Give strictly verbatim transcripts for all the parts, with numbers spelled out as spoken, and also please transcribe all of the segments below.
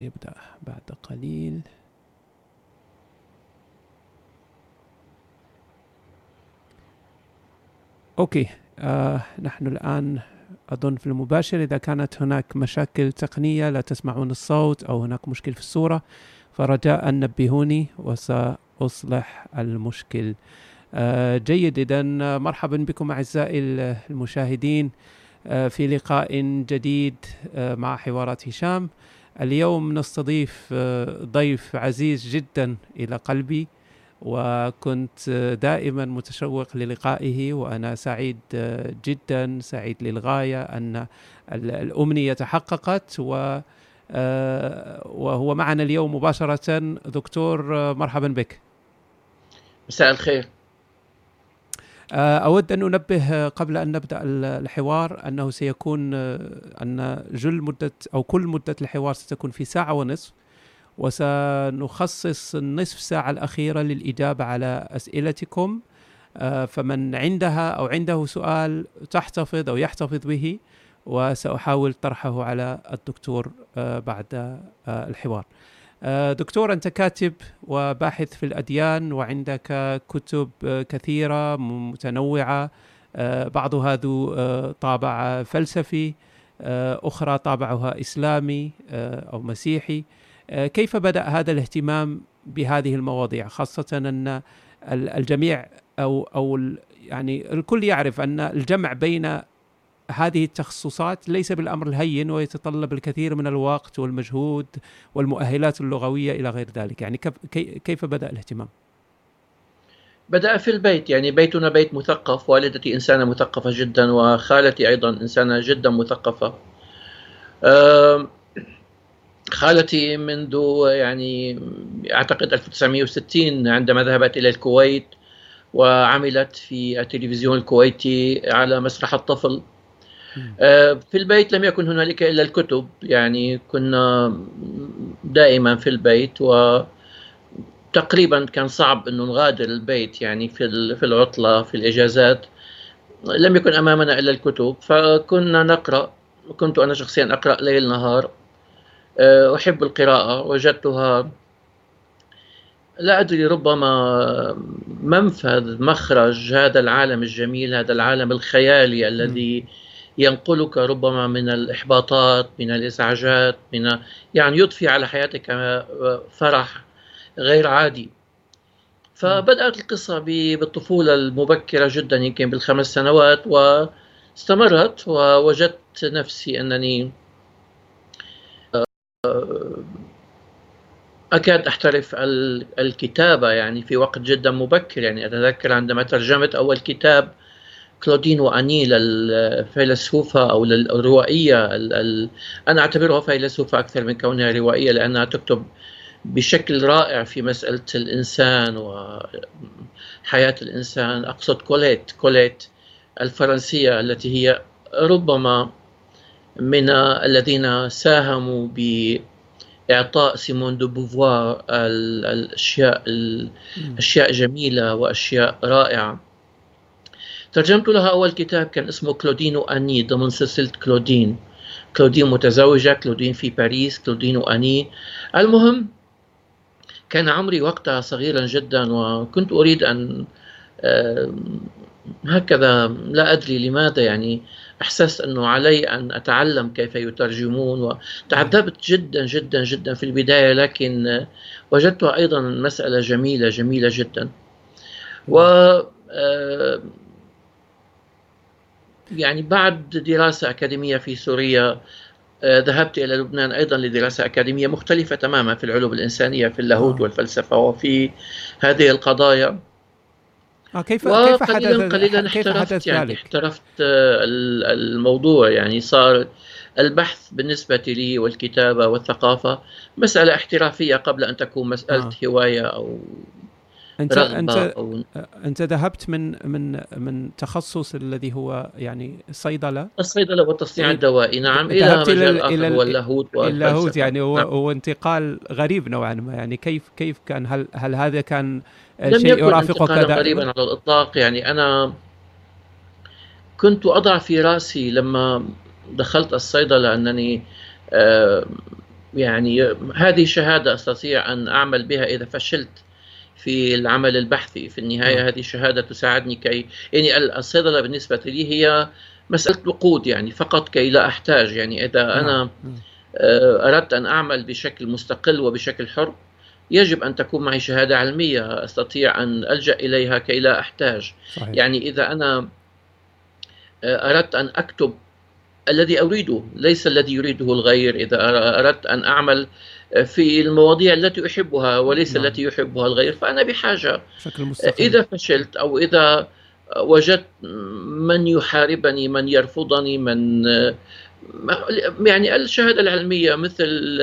يبدأ بعد قليل. أوكي، آه نحن الآن أظن في المباشر. إذا كانت هناك مشاكل تقنية لا تسمعون الصوت أو هناك مشكل في الصورة فرجاء نبهوني وسأصلح المشكل. آه جيد، إذن مرحبا بكم أعزائي المشاهدين آه في لقاء جديد آه مع حوارات هشام. اليوم نستضيف آه ضيف عزيز جدا إلى قلبي، وكنت دائما متشوق للقائه، وأنا سعيد جدا، سعيد للغاية أن الأمنية تحققت، وهو معنا اليوم مباشرة. دكتور مرحبا بك. مساء الخير. أود أن أنبه قبل أن نبدأ الحوار أنه سيكون أن جل مدة أو كل مدة الحوار ستكون في ساعة ونصف، وسنخصص النصف ساعة الأخيرة للإجابة على أسئلتكم، فمن عندها أو عنده سؤال تحتفظ أو يحتفظ به، وسأحاول طرحه على الدكتور بعد الحوار. دكتور، أنت كاتب وباحث في الأديان، وعندك كتب كثيرة متنوعة، بعضها ذو طابع فلسفي، أخرى طابعها إسلامي أو مسيحي. كيف بدأ هذا الاهتمام بهذه المواضيع، خاصة أن الجميع أو أو يعني الكل يعرف أن الجمع بين هذه التخصصات ليس بالأمر الهين، ويتطلب الكثير من الوقت والمجهود والمؤهلات اللغوية إلى غير ذلك. يعني كيف بدأ الاهتمام؟ بدأ في البيت، يعني بيتنا بيت مثقف، والدتي إنسانة مثقفة جدا، وخالتي أيضا إنسانة جدا مثقفة. خالتي منذ يعني أعتقد ألف وتسعمئة وستين عندما ذهبت إلى الكويت وعملت في التلفزيون الكويتي على مسرح الطفل. في البيت لم يكن هنالك إلا الكتب، يعني كنا دائما في البيت، وتقريبا كان صعب أنه نغادر البيت، يعني في في العطلة في الإجازات لم يكن أمامنا إلا الكتب، فكنا نقرأ. كنت أنا شخصيا أقرأ ليل نهار، أحب القراءة. وجدتها لا أدري، ربما منفذ، مخرج هذا العالم الجميل، هذا العالم الخيالي الذي ينقلك ربما من الإحباطات، من الإزعاجات، من يعني يضفي على حياتك فرح غير عادي. فبدأت القصة بالطفولة المبكرة جدا، يمكن بالخمس سنوات، واستمرت، ووجدت نفسي أنني أكاد أحترف الكتابة يعني في وقت جدا مبكر. يعني أتذكر عندما ترجمت أول كتاب كلودين وأني للفيلسوفة أو للروائية، أنا أعتبرها فيلسوفة أكثر من كونها روائية، لأنها تكتب بشكل رائع في مسألة الإنسان وحياة الإنسان. أقصد كوليت كوليت الفرنسية، التي هي ربما من الذين ساهموا بإعطاء سيمون دو بوفوار الأشياء الأشياء جميلة وأشياء رائعة. ترجمت لها أول كتاب كان اسمه كلودين وأني، ضمن سلسلة كلودين. كلودين متزوجة، كلودين في باريس، كلودين وأني. المهم، كان عمري وقتها صغيرا جدا، وكنت أريد أن هكذا، لا أدري لماذا، يعني أحسست أنه علي أن أتعلم كيف يترجمون، وتعذبت جدا جدا جدا في البداية، لكن وجدتها أيضا مسألة جميلة جميلة جدا. و يعني بعد دراسة أكاديمية في سوريا ذهبت إلى لبنان أيضا لدراسة أكاديمية مختلفة تماما في العلوم الإنسانية، في اللاهوت والفلسفة وفي هذه القضايا. آه كيف وقليلا كيف حدث قليلا كيف احترفت حدث يعني ذلك؟ احترفت الموضوع، يعني صار البحث بالنسبة لي والكتابة والثقافة مسألة احترافية قبل أن تكون مسألة آه. هواية أو أنت رغبة أنت أو أنت ذهبت من من من تخصص الذي هو يعني صيدلة الصيدلة والتصنيع الدوائي، نعم، إلى ذهبت إلى مجال ال آخر إلى هو ال اللاهوت اللاهوت. والفلسفة. يعني هو نعم. هو انتقال غريب نوعا ما. يعني كيف كيف كان؟ هل هل هذا كان لم شيء يكن يرافقك انتقالا دائما؟ غريبا على الإطلاق. يعني أنا كنت أضع في راسي لما دخلت الصيدلة أنني يعني هذه شهادة أستطيع أن أعمل بها إذا فشلت في العمل البحثي. في النهاية هذه شهادة تساعدني كي يعني الصيدلة بالنسبة لي هي مسألة وقود، يعني فقط كي لا أحتاج. يعني إذا أنا أردت أن أعمل بشكل مستقل وبشكل حر يجب أن تكون معي شهادة علمية أستطيع أن ألجأ إليها كي لا أحتاج. صحيح. يعني إذا أنا أردت أن أكتب الذي أريده ليس الذي يريده الغير، إذا أردت أن أعمل في المواضيع التي أحبها وليس نعم. التي يحبها الغير، فأنا بحاجة. إذا فشلت أو إذا وجدت من يحاربني، من يرفضني، من يعني الشهادة العلمية مثل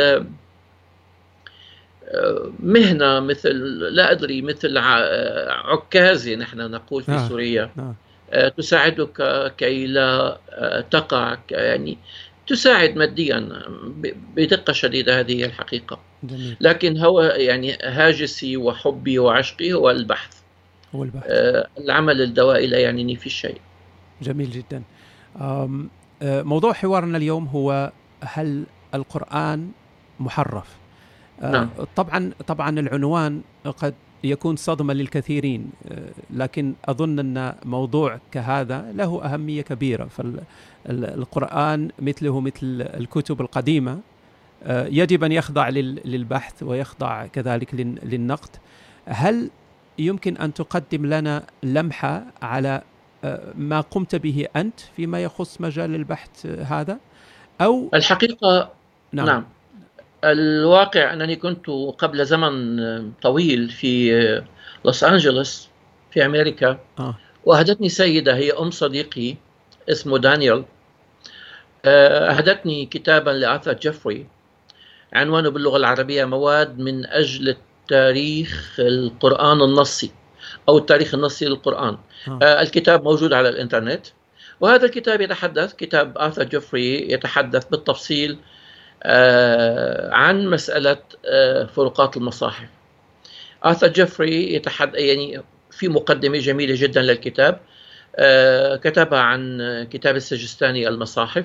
مهنة، مثل لا أدري مثل عكازي نحن نقول في آه. سوريا آه. تساعدك كي لا تقع، يعني تساعد ماديا بدقة شديدة. هذه الحقيقة. جميل. لكن هو يعني هاجسي وحبي وعشقي هو البحث. هو البحث. العمل الدوائي لا يعنيني في شيء. جميل جدا. موضوع حوارنا اليوم هو هل القرآن محرف؟ نعم. طبعا طبعا العنوان قد يكون صدمة للكثيرين، لكن أظن أن موضوع كهذا له أهمية كبيرة. فالقرآن مثله مثل الكتب القديمة يجب أن يخضع للبحث ويخضع كذلك للنقد. هل يمكن أن تقدم لنا لمحة على ما قمت به أنت فيما يخص مجال البحث هذا؟ أو الحقيقة نعم, نعم. الواقع أنني كنت قبل زمن طويل في لوس أنجلوس في أمريكا. آه. وأهدتني سيدة هي أم صديقي اسمه دانيال، أهدتني كتابا لآرثر جيفري عنوانه باللغة العربية مواد من أجل التاريخ القرآن النصي أو التاريخ النصي للقرآن. آه. الكتاب موجود على الإنترنت، وهذا الكتاب يتحدث، كتاب آرثر جيفري يتحدث بالتفصيل آه عن مسألة آه فروقات المصاحف. آرثر جيفري يتحدث يعني في مقدمة جميلة جدا للكتاب، آه كتبها عن كتاب السجستاني المصاحف،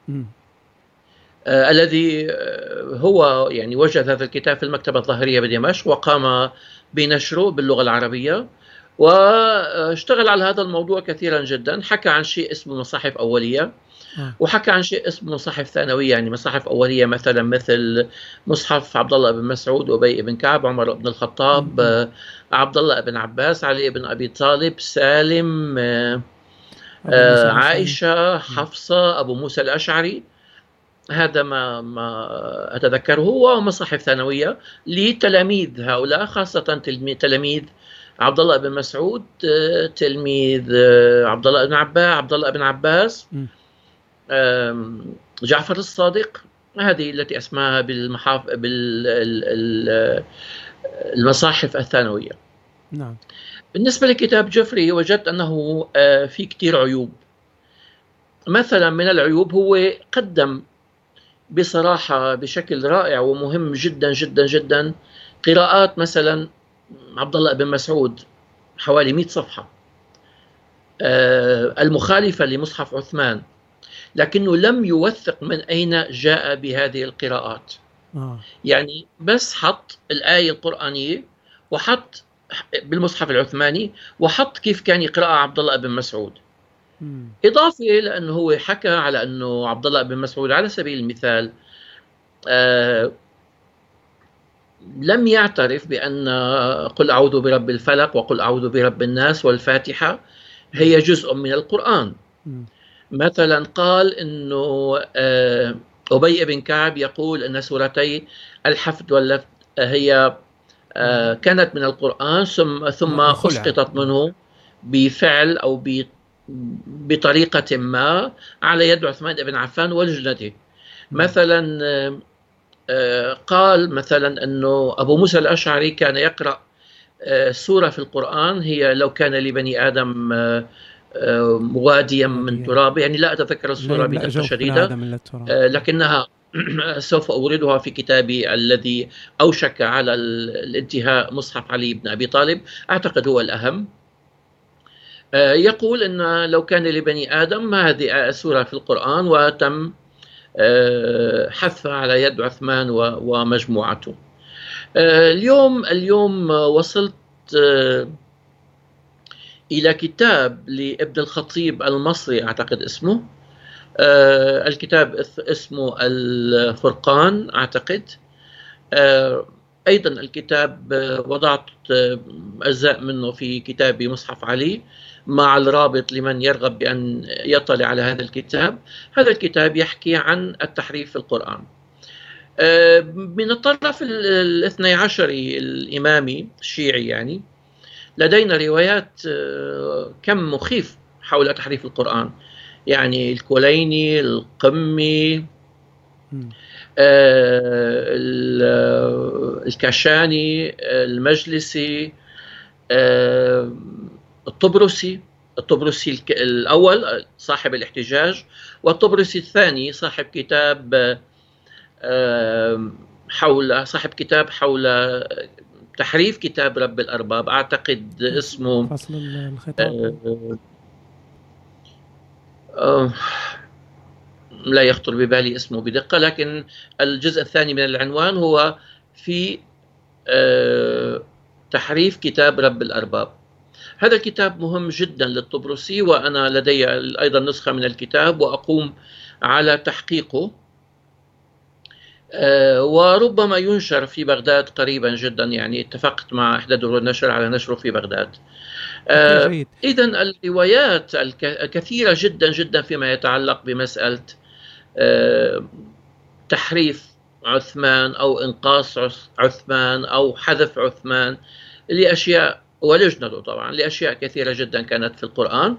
آه الذي هو يعني وجد هذا الكتاب في المكتبة الظاهرية بدمشق وقام بنشره باللغة العربية، واشتغل على هذا الموضوع كثيرا جدا. حكى عن شيء اسمه مصاحف أولية، وحكى عن شيء اسمه مصاحف ثانوية. يعني مصاحف أولية مثلا مثل مصحف عبد الله بن مسعود، أبي بن كعب، عمر بن الخطاب، عبد الله بن عباس، علي بن أبي طالب، سالم، آه عائشة، حفصة، أبو موسى الأشعري. هذا ما ما أتذكره. هو مصاحف ثانوية لتلاميذ هؤلاء، خاصة تلاميذ عبد الله بن مسعود، تلميذ عبد الله بن عباس، عبد الله بن عباس، جعفر الصادق. هذه التي أسماها بالمحاف بالمصاحف الثانوية. نعم. بالنسبة لكتاب جيفري وجدت أنه في كتير عيوب. مثلا من العيوب هو قدم بصراحة بشكل رائع ومهم جدا جدا جدا قراءات مثلا عبد الله بن مسعود حوالي مئة صفحة المخالفة لمصحف عثمان، لكنه لم يوثق من أين جاء بهذه القراءات. آه. يعني بس حط الآية القرآنية وحط بالمصحف العثماني وحط كيف كان يقرأها عبد الله بن مسعود. مم. إضافة لأنه هو حكى على أنه عبد الله بن مسعود على سبيل المثال آه لم يعترف بأن قل أعوذ برب الفلق وقل أعوذ برب الناس والفاتحة هي جزء من القرآن. مم. مثلا قال أنه أبي بن كعب يقول أن سورتي الحفد واللفت هي كانت من القرآن ثم ثم أسقطت منه بفعل أو بطريقة ما على يد عثمان بن عفان ولجنته. مثلا قال مثلا أنه أبو موسى الأشعري كان يقرأ سورة في القرآن هي لو كان لبني آدم واديا من تراب، يعني لا أتذكر الصورة بدقة شديدة لكنها سوف أوردها في كتابي الذي أوشك على الانتهاء، مصحف علي بن أبي طالب، أعتقد هو الأهم. يقول أن لو كان لبني آدم ما هذه سورة في القرآن وتم حثها على يد عثمان ومجموعته. اليوم اليوم وصلت إلى كتاب لابن الخطيب المصري أعتقد اسمه، الكتاب اسمه الفرقان أعتقد. أيضا الكتاب وضعت أجزاء منه في كتابي مصحف علي مع الرابط لمن يرغب بأن يطلع على هذا الكتاب. هذا الكتاب يحكي عن التحريف في القرآن من الطرف الاثني عشري الإمامي الشيعي. يعني لدينا روايات كم مخيف حول تحريف القرآن، يعني الكليني، القمي، الكشاني، المجلسي، الطبرسي الطبرسي الأول صاحب الاحتجاج، والطبرسي الثاني صاحب كتاب حول صاحب كتاب حول تحريف كتاب رب الأرباب، أعتقد اسمه فصل الخطاب. أه أه لا يخطر ببالي اسمه بدقة، لكن الجزء الثاني من العنوان هو في أه تحريف كتاب رب الأرباب. هذا الكتاب مهم جدا للطبرسي، وأنا لدي أيضا نسخة من الكتاب وأقوم على تحقيقه، أه وربما ينشر في بغداد قريبا جدا. يعني اتفقت مع إحدى دور النشر على نشره في بغداد. أه إذن الروايات الكثيرة جدا جدا فيما يتعلق بمسألة أه تحريف عثمان أو إنقاص عثمان أو حذف عثمان لأشياء، ولجنته طبعا لأشياء كثيرة جدا كانت في القرآن،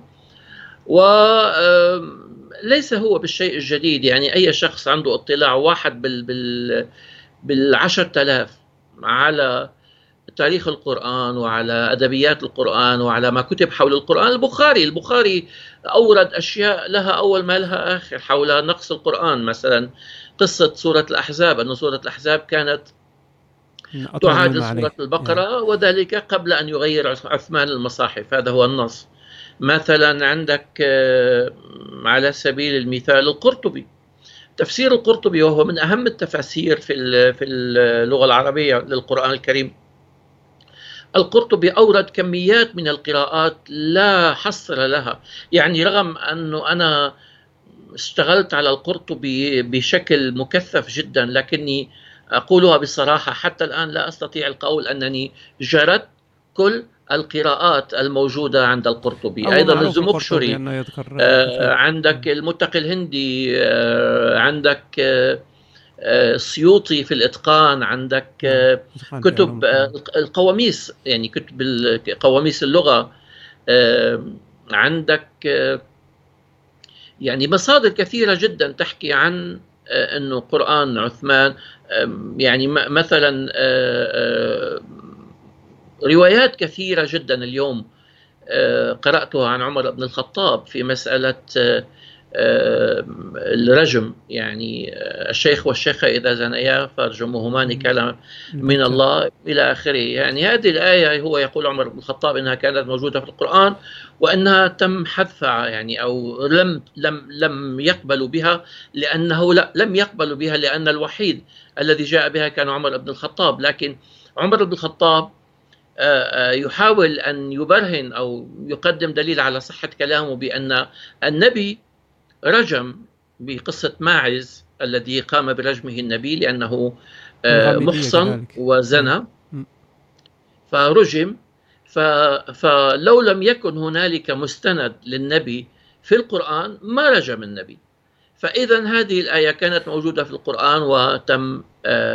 وليس هو بالشيء الجديد. يعني أي شخص عنده اطلاع واحد بال بال بالعشر تلاف على تاريخ القرآن وعلى أدبيات القرآن وعلى ما كتب حول القرآن. البخاري البخاري أورد أشياء لها أول ما لها آخر حول نقص القرآن، مثلا قصة سورة الأحزاب، أن سورة الأحزاب كانت تعادل سورة البقرة يعني. وذلك قبل أن يغير عثمان المصاحف، هذا هو النص. مثلا عندك على سبيل المثال القرطبي، تفسير القرطبي وهو من أهم التفاسير في في اللغة العربية للقرآن الكريم. القرطبي أورد كميات من القراءات لا حصر لها. يعني رغم أنه أنا اشتغلت على القرطبي بشكل مكثف جدا، لكني أقولها بصراحة حتى الآن لا أستطيع القول أنني جرت كل القراءات الموجودة عند القرطبي. أيضا الزمخشري، آه عندك المتقي الهندي، آه عندك آه السيوطي في الإتقان، عندك آه كتب آه القواميس، يعني كتب قواميس اللغة، آه عندك آه يعني مصادر كثيرة جدا تحكي عن آه أنه قرآن عثمان. آه يعني مثلا آه آه روايات كثيرة جدا اليوم آه قرأتها عن عمر بن الخطاب في مسألة آه الرجم. يعني الشيخ والشيخة إذا زنيا فارجموهما نكالا من الله إلى آخره. يعني هذه الآية هو يقول عمر بن الخطاب إنها كانت موجودة في القرآن وأنها تم حذفها، يعني أو لم لم لم يقبلوا بها، لأنه لا لم يقبلوا بها لأن الوحيد الذي جاء بها كان عمر بن الخطاب. لكن عمر بن الخطاب يحاول أن يبرهن أو يقدم دليل على صحة كلامه بأن النبي رجم بقصة ماعز الذي قام برجمه النبي لأنه محصن وزنى فرجم. فلو لم يكن هنالك مستند للنبي في القرآن ما رجم النبي. فإذا هذه الآية كانت موجودة في القرآن وتم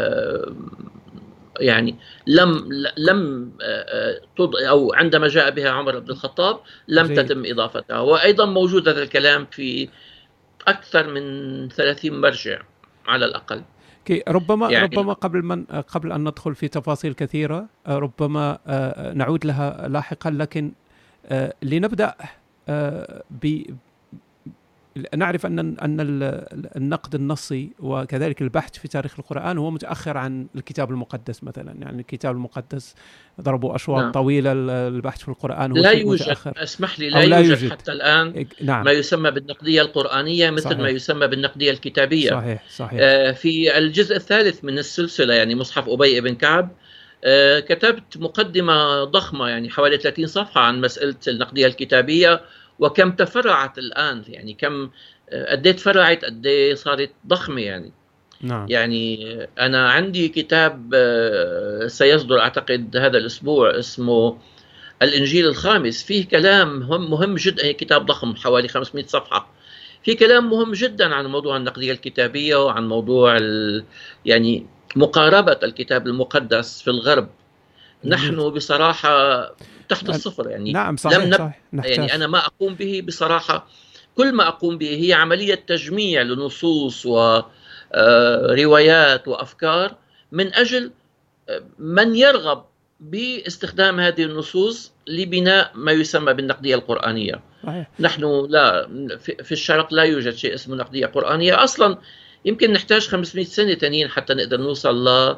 يعني لم لم أو عندما جاء بها عمر بن الخطاب لم تتم إضافتها. وأيضا موجود هذا الكلام في أكثر من ثلاثين مرجع على الأقل. ربما يعني ربما قبل من قبل أن ندخل في تفاصيل كثيرة ربما نعود لها لاحقا، لكن لنبدأ ب نعرف أن أن النقد النصي وكذلك البحث في تاريخ القرآن هو متأخر عن الكتاب المقدس مثلا. يعني الكتاب المقدس ضربوا أشواط نعم. طويلة. البحث في القرآن هو لا شيء يوجد متأخر. اسمح لي لا, لا يوجد, يوجد حتى الآن نعم. ما يسمى بالنقدية القرآنية مثل صحيح. ما يسمى بالنقدية الكتابية. صحيح صحيح. آه في الجزء الثالث من السلسلة يعني مصحف أبي بن كعب آه كتبت مقدمة ضخمة يعني حوالي ثلاثين صفحة عن مسألة النقدية الكتابية وكم تفرعت الآن، يعني كم قد تفرعت قد صارت ضخمة يعني. نعم. يعني أنا عندي كتاب سيصدر أعتقد هذا الأسبوع اسمه الإنجيل الخامس، فيه كلام مهم, مهم جدا، كتاب ضخم حوالي خمسمائة صفحة، في كلام مهم جدا عن موضوع النقدية الكتابية وعن موضوع يعني مقاربة الكتاب المقدس في الغرب. نحن بصراحة تحت الصفر يعني. نعم صحيح, لم صحيح. يعني أنا ما أقوم به بصراحة، كل ما أقوم به هي عملية تجميع لنصوص وروايات وأفكار من أجل من يرغب باستخدام هذه النصوص لبناء ما يسمى بالنقدية القرآنية. صحيح. نحن لا في الشرق لا يوجد شيء اسمه نقدية قرآنية أصلا، يمكن نحتاج خمسمائة سنة تانيين حتى نقدر نوصل ل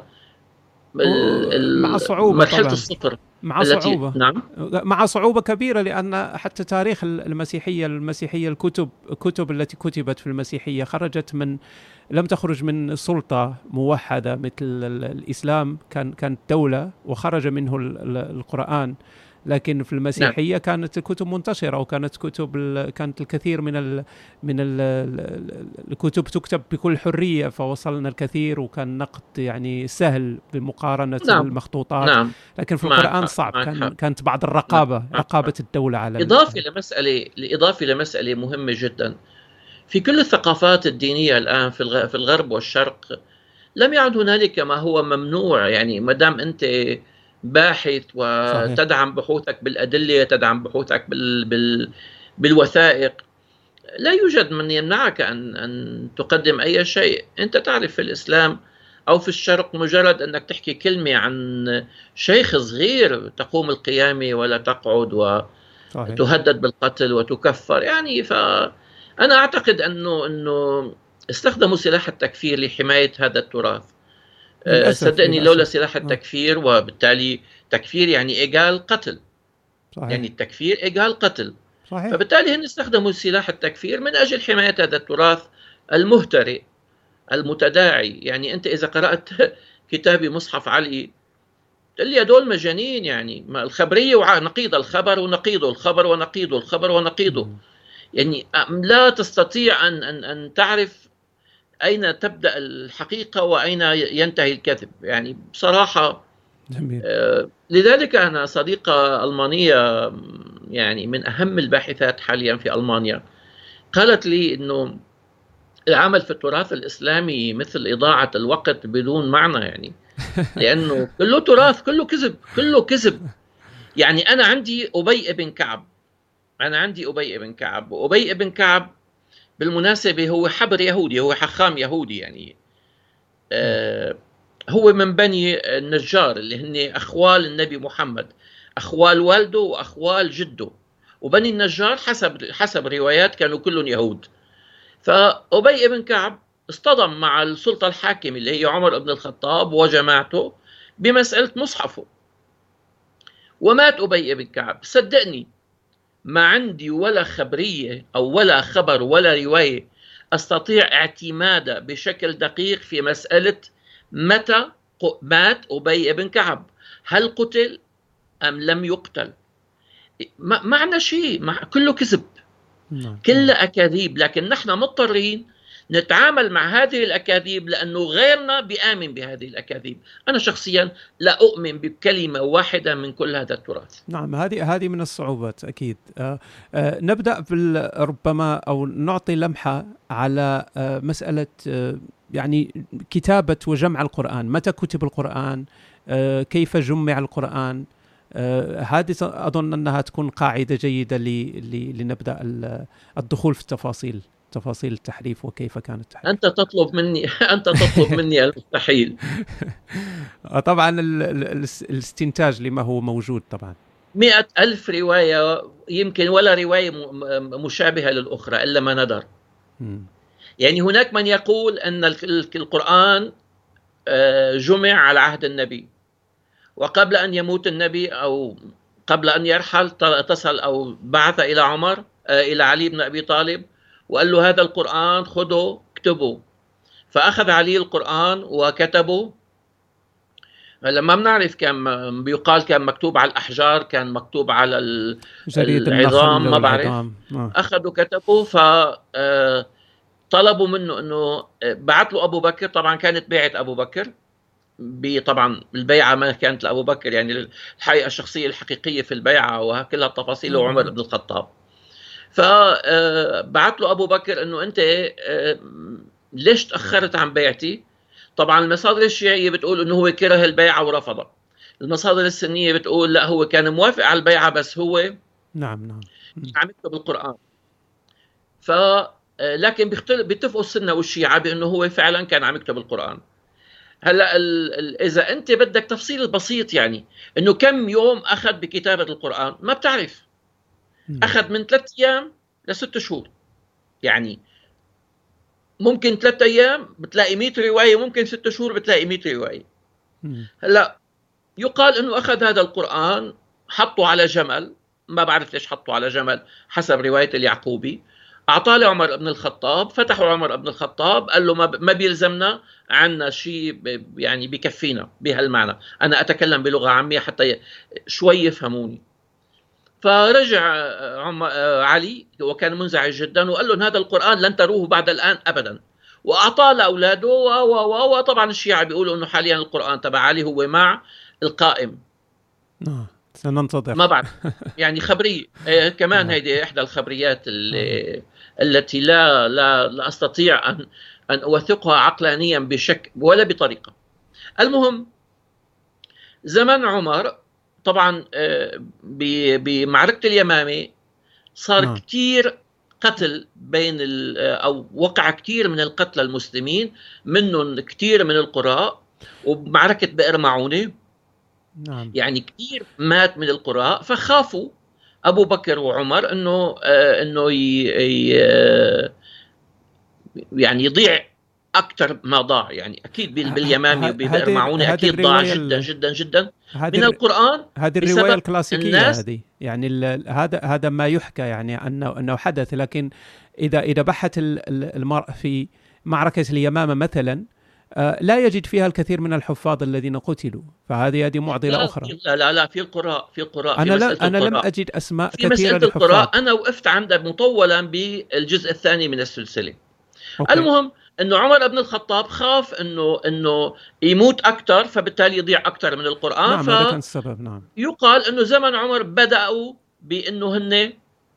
مع صعوبة مرحلة طبعا. الصفر مع صعوبة. نعم. مع صعوبة كبيرة، لأن حتى تاريخ المسيحية المسيحية الكتب الكتب التي كتبت في المسيحية خرجت من لم تخرج من سلطة موحدة مثل الإسلام، كان كانت دولة وخرج منه القرآن. لكن في المسيحية نعم. كانت الكتب منتشرة، وكانت كتب كانت الكثير من ال من ال الكتب تكتب بكل حرية، فوصلنا الكثير، وكان نقد يعني سهل بمقارنة نعم. المخطوطات. نعم. لكن في القرآن صعب، كان كانت بعض الرقابة نعم. رقابة الدولة على إضافة لمسألة إضافة لمسألة مهمة جدا في كل الثقافات الدينية الآن في في الغرب والشرق، لم يعد هنالك ما هو ممنوع. يعني ما دام أنت باحث وتدعم صحيح. بحوثك بالأدلة، تدعم بحوثك بال بال بالوثائق، لا يوجد من يمنعك أن أن تقدم أي شيء. أنت تعرف في الإسلام أو في الشرق مجرد أنك تحكي كلمة عن شيخ صغير تقوم القيامة ولا تقعد وتهدد بالقتل وتكفر. يعني فأنا أعتقد أنه أنه استخدموا سلاح التكفير لحماية هذا التراث. للأسف صدقني للأسف. لولا سلاح التكفير، وبالتالي تكفير يعني إيجال قتل. صحيح. يعني التكفير إيجال قتل. صحيح. فبالتالي هم استخدموا سلاح التكفير من أجل حماية هذا التراث المهترئ المتداعي. يعني أنت إذا قرأت كتابي مصحف علي تقول لي هدول مجانين، يعني الخبرية ونقيض الخبر ونقيضه الخبر ونقيضه الخبر ونقيضه. يعني لا تستطيع أن أن أن تعرف أين تبدأ الحقيقة وأين ينتهي الكذب. يعني بصراحة جميل. آه لذلك أنا صديقة ألمانية يعني من أهم الباحثات حاليا في ألمانيا قالت لي إنه العمل في التراث الإسلامي مثل إضاعة الوقت بدون معنى، يعني لأنه كله تراث، كله كذب، كله كذب. يعني أنا عندي أبي بن كعب أنا عندي أبي بن كعب وأبي بن كعب بالمناسبة هو حبر يهودي، هو حخام يهودي. يعني آه هو من بني النجار اللي هن أخوال النبي محمد، أخوال والده وأخوال جده. وبني النجار حسب حسب روايات كانوا كلهم يهود. فأبي بن كعب اصطدم مع السلطة الحاكمة اللي هي عمر بن الخطاب وجماعته بمسألة مصحفه، ومات أبي بن كعب. صدقني ما عندي ولا خبرية أو ولا خبر ولا رواية أستطيع اعتمادها بشكل دقيق في مسألة متى مات أبي بن كعب، هل قتل أم لم يقتل. ما معنى شيء، مع كله كذب، كله أكاذيب. لكن نحن مضطرين نتعامل مع هذه الأكاذيب لأنه غيرنا بيآمن بهذه الأكاذيب. أنا شخصيا لا أؤمن بكلمة واحدة من كل هذا التراث. نعم، هذه هذه من الصعوبات أكيد. آه آه نبدأ ربما أو نعطي لمحة على آه مسألة آه يعني كتابة وجمع القرآن. متى كتب القرآن؟ آه كيف جمع القرآن؟ آه هذه أظن أنها تكون قاعدة جيدة لنبدأ الدخول في التفاصيل تفاصيل التحريف وكيف كان التحريف. أنت تطلب مني أنت تطلب مني المستحيل. طبعا الاستنتاج لما هو موجود طبعا مئة ألف رواية يمكن ولا رواية مشابهة للأخرى إلا ما ندر. يعني هناك من يقول أن القرآن جمع على عهد النبي، وقبل أن يموت النبي أو قبل أن يرحل اتصل أو بعث إلى عمر إلى علي بن أبي طالب وقال له هذا القرآن خذوا اكتبوا، فأخذ علي القرآن وكتبه. هلا ما بنعرف، كان بيقال كان مكتوب على الأحجار، كان مكتوب على العظام، ما بعرف. أخذوا كتبوا، فطلبوا منه أنه بعث له أبو بكر. طبعا كانت بيعة أبو بكر، طبعا البيعة ما كانت لأبو بكر، يعني الحقيقة الشخصية الحقيقية في البيعة وكلها التفاصيل وعمر بن الخطاب. فبعث له أبو بكر أنه أنت ليش تأخرت عن بيعتي؟ طبعا المصادر الشيعية بتقول أنه هو كره البيعة ورفضها، المصادر السنية بتقول لا، هو كان موافق على البيعة بس هو نعم نعم عم يكتب القرآن. ف لكن بيتفقوا السنة والشيعة بأنه هو فعلا كان عم يكتب القرآن. هلا ال... ال... اذا انت بدك تفصيل بسيط، يعني انه كم يوم اخذ بكتابه القران ما بتعرف. اخذ من ثلاث ايام لست شهور، يعني ممكن ثلاث ايام بتلاقي مئة روايه، ممكن ست شهور بتلاقي مئة روايه. هلا يقال انه اخذ هذا القران حطه على جمل، ما بعرف ليش حطه على جمل حسب روايه اليعقوبي، أعطاه لعمر بن الخطاب، فتحوا عمر بن الخطاب قال له ما بيلزمنا، عنا شيء يعني بكفينا بهالمعنى، أنا أتكلم بلغة عامية حتى شوي يفهموني. فرجع علي وكان منزعج جدا وقال له هذا القرآن لن تروه بعد الآن أبدا، وأعطاه لأولاده. وطبعا الشيعة بيقولوا أنه حاليا القرآن تبع علي هو مع القائم. سننتظر، ما بعرف يعني خبرية كمان. هيدي إحدى الخبريات اللي التي لا لا لا أستطيع أن أن أوثقها عقلانيا بشكل ولا بطريقة. المهم زمن عمر طبعا بمعركة اليمامة صار نعم. كتير قتل بين أو وقع كتير من القتلى المسلمين، منهم كتير من القراء، وبمعركة بئر معونة نعم. يعني كثير مات من القراء، فخافوا أبو بكر وعمر إنه آه إنه ي آه يعني يضيع أكثر ما ضاع. يعني أكيد باليمامي وببئر معونة أكيد ضاع جدا جدا جدا من القرآن. هذه الرواية الكلاسيكية هذه، يعني هذا هذا ما يحكى يعني أنه أنه حدث. لكن إذا إذا بحث المرء في معركة اليمامة مثلا لا يجد فيها الكثير من الحفاظ الذين قتلوا، فهذه هذه معضلة لا أخرى. لا لا لا في القراء في القراء أنا في لا أنا القراء. لم أجد أسماء في كثيرة مسألة للحفاظ. القراء أنا وقفت عندها مطولا بالجزء الثاني من السلسلة. أوكي. المهم إنه عمر بن الخطاب خاف إنه إنه يموت أكثر، فبالتالي يضيع أكثر من القرآن. نعم هذا كان السبب. نعم يقال إنه زمن عمر بدأوا بإنه هن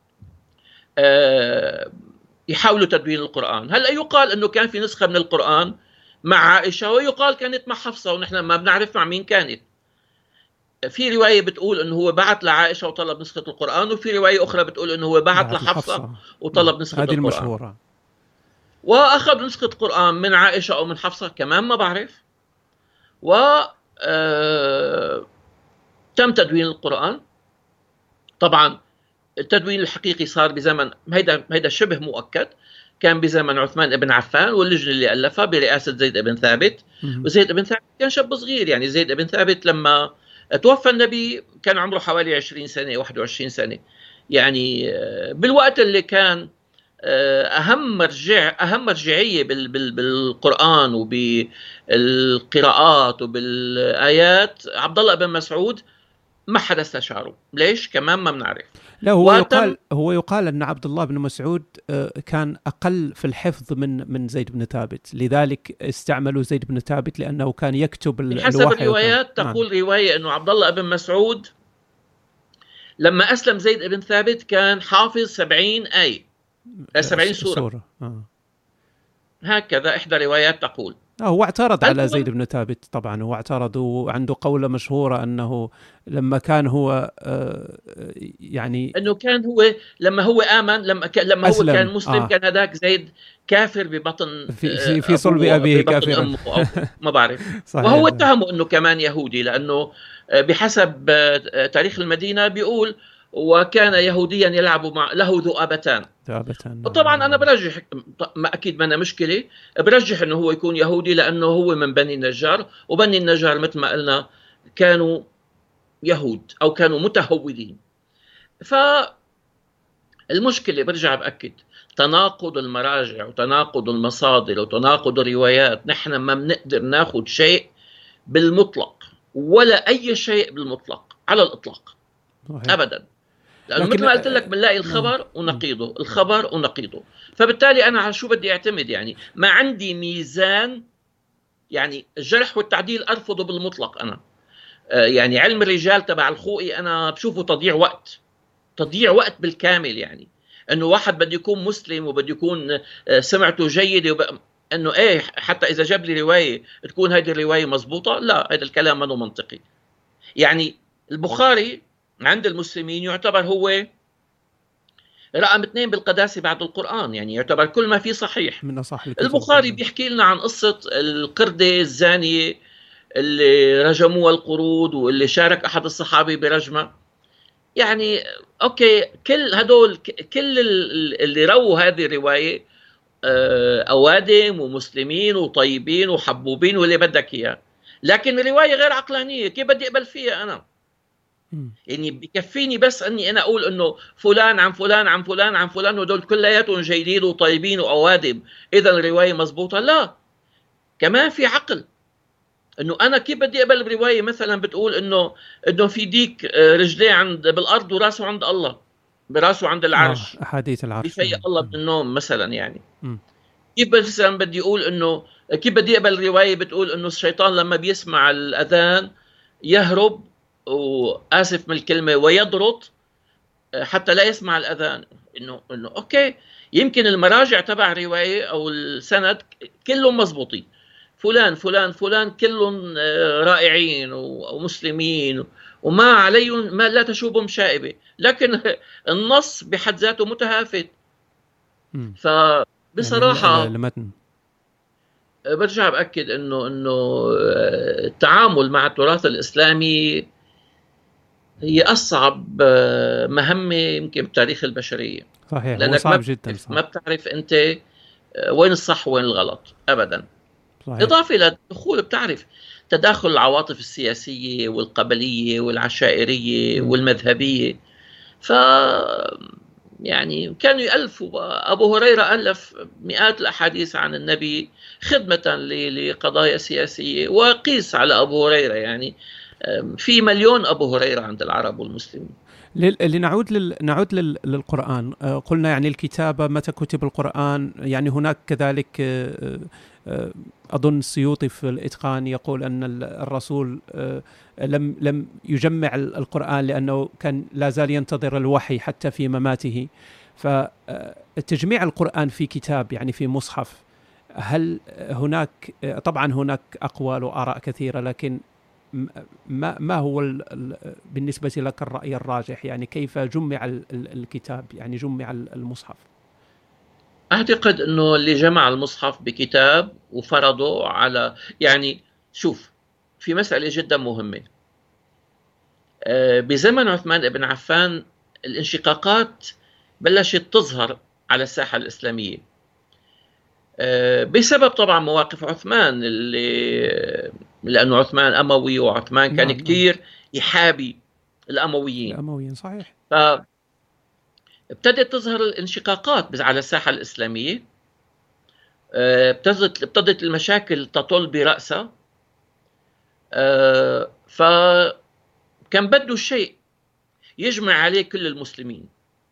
آه يحاولوا تدوين القرآن. هلا يقال إنه كان في نسخة من القرآن مع عائشة، ويقال كانت مع حفصة، ونحن ما بنعرف مع مين كانت. في رواية بتقول إنه هو بعت لعائشة وطلب نسخة القرآن، وفي رواية أخرى بتقول إنه هو بعت لحفصة وطلب نسخة هذه القرآن. المشهورة. وأخذ نسخة القرآن من عائشة أو من حفصة كمان ما بعرف. و آه... تم تدوين القرآن. طبعا التدوين الحقيقي صار بزمن هيدا هيدا شبه مؤكد، كان بزمن عثمان بن عفان واللجنة اللي ألفها برئاسة زيد بن ثابت. وزيد بن ثابت كان شاب صغير، يعني زيد بن ثابت لما توفى النبي كان عمره حوالي عشرين سنة واحد وعشرين سنة، يعني بالوقت اللي كان أهم مرجع أهم مرجعية بالقرآن وبالقراءات وبالآيات عبد الله بن مسعود. ما حدا استشاره، ليش كمان ما بنعرف. لا هو يقال هو يقال أن عبد الله بن مسعود كان أقل في الحفظ من من زيد بن ثابت، لذلك استعملوا زيد بن ثابت لأنه كان يكتب الوحي. حسب الروايات تقول نعم. رواية أنه عبد الله بن مسعود لما أسلم زيد بن ثابت كان حافظ سبعين آية سبعين سورة, سورة. آه. هكذا إحدى روايات تقول. هو اعترض على زيد بن ثابت طبعا، هو اعترض، وعنده قولة مشهورة أنه لما كان هو يعني أنه كان هو لما هو آمن لما كان لما هو كان مسلم آه. كان هذاك زيد كافر ببطن في في صلب أبيه كافر ما بعرف. وهو اتهمه أنه كمان يهودي، لأنه بحسب تاريخ المدينة بيقول وكان يهوديا يلعب مع له ذؤابتان. ذؤابتان. وطبعا انا برجح، ما اكيد ما أنا مشكله، برجح انه هو يكون يهودي لانه هو من بني النجار، وبني النجار مثل ما قلنا كانوا يهود او كانوا متهودين. فالمشكله برجع باكد تناقض المراجع وتناقض المصادر وتناقض الروايات. نحن ما بنقدر ناخذ شيء بالمطلق ولا اي شيء بالمطلق على الاطلاق ابدا، لانه مثل ما قلت لك بنلاقي الخبر ونقيضه، الخبر ونقيضه. فبالتالي انا على شو بدي اعتمد؟ يعني ما عندي ميزان. يعني الجرح والتعديل ارفضه بالمطلق انا. آه يعني علم الرجال تبع الخوئي انا بشوفه تضييع وقت، تضييع وقت بالكامل. يعني انه واحد بده يكون مسلم وبده يكون آه سمعته جيده وب... انه ايه حتى اذا جاب لي روايه تكون هذه الروايه مضبوطه، لا، هذا الكلام ما منطقي. يعني البخاري عند المسلمين يعتبر هو رقم اثنين بالقداسة بعد القرآن، يعني يعتبر كل ما فيه صحيح. من أصح البخاري بيحكي لنا عن قصة القردة الزانية اللي رجموها القرود واللي شارك أحد الصحابة برجمة. يعني أوكي، كل هدول كل اللي رووا هذه الرواية أوادم ومسلمين وطيبين وحبوبين واللي بدك إياه، لكن الرواية غير عقلانية. كيف بدي أقبل فيها أنا؟ يعني بكفيني بس اني انا اقول انه فلان عن فلان عن فلان عن فلان ودول كلياتهم جيدين وطيبين واوادم، اذا الروايه مزبوطه؟ لا، كمان في عقل. انه انا كيف بدي اقبل بروايه مثلا بتقول انه انه في ديك رجليه عند بالارض وراسه عند الله، براسه عند العرش، آه، احاديث العرش بيفيق الله من النوم مثلا. يعني م. كيف مثلا بدي اقول انه كيف بدي اقبل روايه بتقول انه الشيطان لما بيسمع الاذان يهرب، وآسف من الكلمة، ويضرط حتى لا يسمع الأذان؟ إنه إنه أوكي، يمكن المراجع تبع الرواية أو السند كلهم مزبوطين، فلان فلان فلان كلهم رائعين ومسلمين وما عليهم ما لا تشوبهم شائبة، لكن النص بحد ذاته متهافت. فبصراحة يعني المتن برجع بأكد إنه إنه التعامل مع التراث الإسلامي هي أصعب مهمة يمكن بتاريخ البشرية. صحيح، لأنك صعب ما جدا صح. ما بتعرف أنت وين الصح وين الغلط أبدا. صحيح. إضافة للدخول بتعرف تداخل العواطف السياسية والقبلية والعشائرية م. والمذهبية. ف يعني كانوا يألفوا، أبو هريرة ألف مئات الأحاديث عن النبي خدمة لقضايا سياسية، وقيس على أبو هريرة يعني في مليون أبو هريرة عند العرب والمسلمين. لنعود لل... نعود لل... للقرآن. قلنا يعني الكتابة، متى كتب القرآن؟ يعني هناك كذلك أظن السيوطي في الإتقان يقول أن الرسول لم لم يجمع القرآن لأنه كان لا زال ينتظر الوحي حتى في مماته. فتجميع القرآن في كتاب يعني في مصحف، هل هناك طبعا هناك أقوال وآراء كثيرة، لكن ما ما هو بالنسبة لك الرأي الراجح؟ يعني كيف جمع الكتاب، يعني جمع المصحف؟ أعتقد أنه اللي جمع المصحف بكتاب وفرضه على، يعني شوف، في مسألة جدا مهمة. بزمن عثمان بن عفان الانشقاقات بلشت تظهر على الساحة الإسلامية بسبب طبعا مواقف عثمان، اللي لأنه عثمان أموي، وعثمان كان نعم كتير يحابي الأمويين. الأمويين صحيح. فابتدت تظهر الانشقاقات على الساحة الإسلامية، ابتدت ابتدت المشاكل تطل برأسها. فكان بده شيء يجمع عليه كل المسلمين.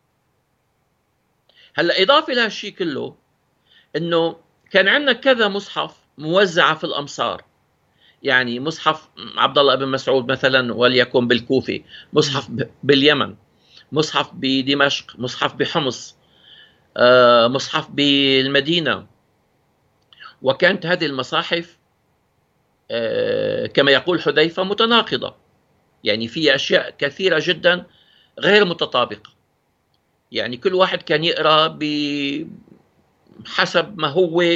هلا إضافة لهالشيء كله، إنه كان عندنا كذا مصحف موزعة في الأمصار. يعني مصحف عبد الله بن مسعود مثلا وليكن بالكوفة، مصحف باليمن، مصحف بدمشق، مصحف بحمص، مصحف بالمدينة. وكانت هذه المصاحف كما يقول حذيفة متناقضة، يعني فيها أشياء كثيرة جدا غير متطابقة. يعني كل واحد كان يقرأ بحسب ما هو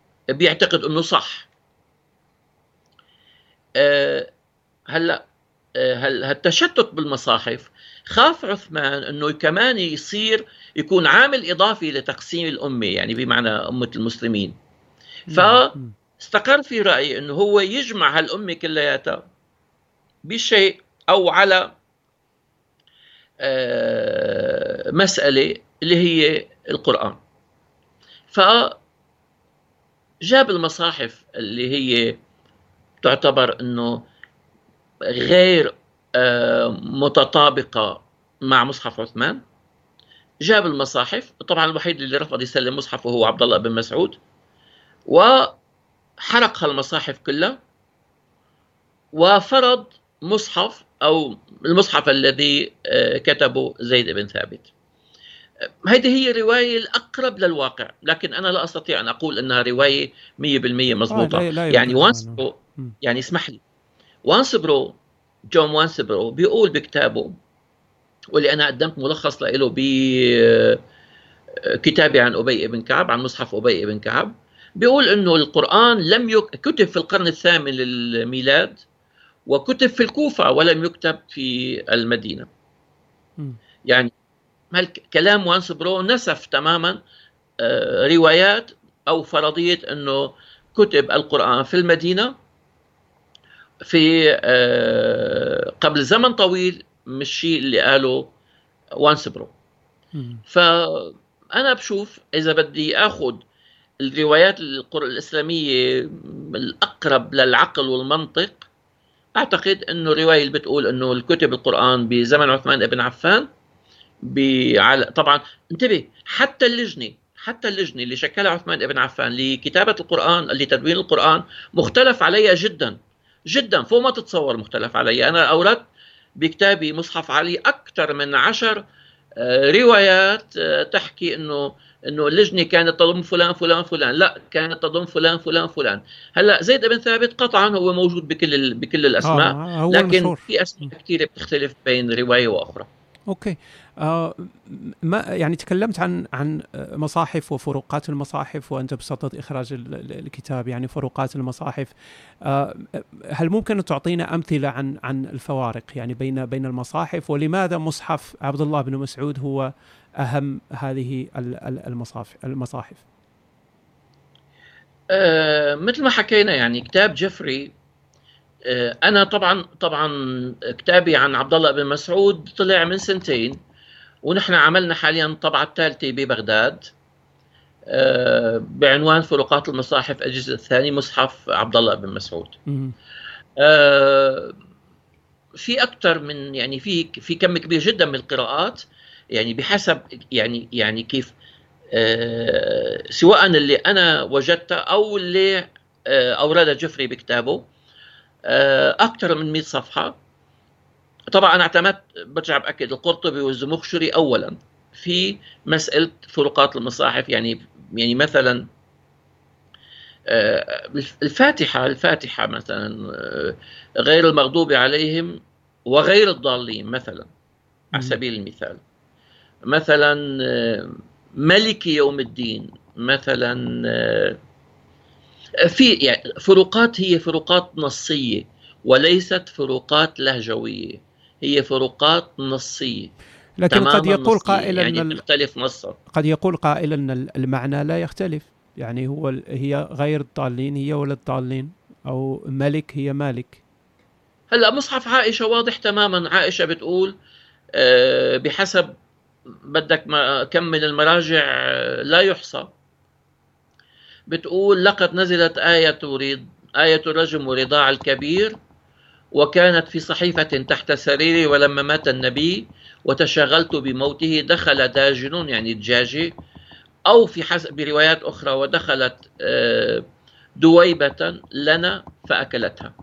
بيعتقد أنه صح. أه هلأ هالتشتت بالمصاحف خاف عثمان أنه كمان يصير يكون عامل إضافي لتقسيم الأمة، يعني بمعنى أمة المسلمين. فاستقر في رأيي أنه هو يجمع هالأمة كلياتها بشيء أو على مسألة اللي هي القرآن. فجاب المصاحف اللي هي تعتبر أنه غير متطابقة مع مصحف عثمان، جاب المصاحف. طبعا الوحيد اللي رفض يسلم مصحفه هو عبد الله بن مسعود، وحرق المصاحف كلها وفرض مصحف أو المصحف الذي كتبه زيد بن ثابت. هذه هي الرواية الأقرب للواقع، لكن أنا لا أستطيع أن أقول أنها رواية مية بالمية مضبوطة. آه لا لا يعني وانسبرو، يعني اسمح لي، وانسبرو جون وانسبرو بيقول بكتابه، واللي أنا قدمت ملخص له بكتابي عن أبي بن كعب، عن مصحف أبي بن كعب، بيقول أنه القرآن لم يك... كتب في القرن الثامن للميلاد، وكتب في الكوفة ولم يكتب في المدينة. م. يعني كلام وانسبرو نسف تماما روايات أو فرضية أنه كتب القرآن في المدينة في قبل زمن طويل، مش شيء اللي قاله وانسبرو. فأنا بشوف إذا بدي أخذ الروايات الإسلامية الأقرب للعقل والمنطق، أعتقد أنه الرواية اللي بتقول أنه الكتب القرآن بزمن عثمان بن عفان بعلى... طبعا انتبه، حتى اللجنة حتى اللجنة اللي شكلها عثمان بن عفان لكتابة القرآن، لتدوين القرآن، مختلف عليها جدا جدا فوق ما تتصور مختلف عليها. أنا أوردت بكتابي مصحف علي أكثر من عشر روايات تحكي أنه انه اللجنه كانت تضم فلان فلان فلان، لا كانت تضم فلان فلان فلان. هلا زيد بن ثابت قطعا هو موجود بكل بكل الاسماء، آه لكن المشهور. في اسماء كثيره بتختلف بين روايه واخرى. اوكي. آه ما يعني تكلمت عن عن مصاحف وفروقات المصاحف، وانت بصدد اخراج الكتاب، يعني فروقات المصاحف. آه هل ممكن ان تعطينا امثله عن عن الفوارق يعني بين بين المصاحف، ولماذا مصحف عبد الله بن مسعود هو أهم هذه المصاحف المصاحف؟ أه مثل ما حكينا، يعني كتاب جيفري، أه أنا طبعا طبعا كتابي عن عبد الله بن مسعود طلع من سنتين، ونحن عملنا حاليا الطبعة الثالثة ببغداد أه بعنوان فروقات المصاحف الجزء الثاني، مصحف عبد الله بن مسعود. أه في أكثر من يعني في في كم كبير جدا من القراءات، يعني بحسب يعني يعني كيف آه سواء اللي أنا وجدته أو اللي آه أورده جيفري بكتابه، آه أكثر من مئة صفحة. طبعا أنا اعتمدت، برجع بأكد، القرطبي والزمخشري أولا في مسألة فروقات المصاحف. يعني يعني مثلا آه الفاتحة الفاتحة مثلا آه غير المغضوب عليهم وغير الضالين مثلا، على سبيل المثال. مثلا ملك يوم الدين مثلا، في يعني فروقات، هي فروقات نصية وليست فروقات لهجوية، هي فروقات نصية. لكن قد يقول قائل يعني أن تختلف نصا، قد يقول قائل أن المعنى لا يختلف، يعني هو هي غير الضالين هي ولا الضالين، أو ملك هي مالك. هلا مصحف عائشة واضح تماما، عائشة بتقول أه بحسب بدك ما كم من المراجع لا يحصى، بتقول لقد نزلت آية رض... آية الرجم ورضاع الكبير، وكانت في صحيفة تحت سريري، ولما مات النبي وتشغلت بموته دخل داجن يعني دجاجة، أو في حسب بروايات أخرى ودخلت دويبة لنا فأكلتها.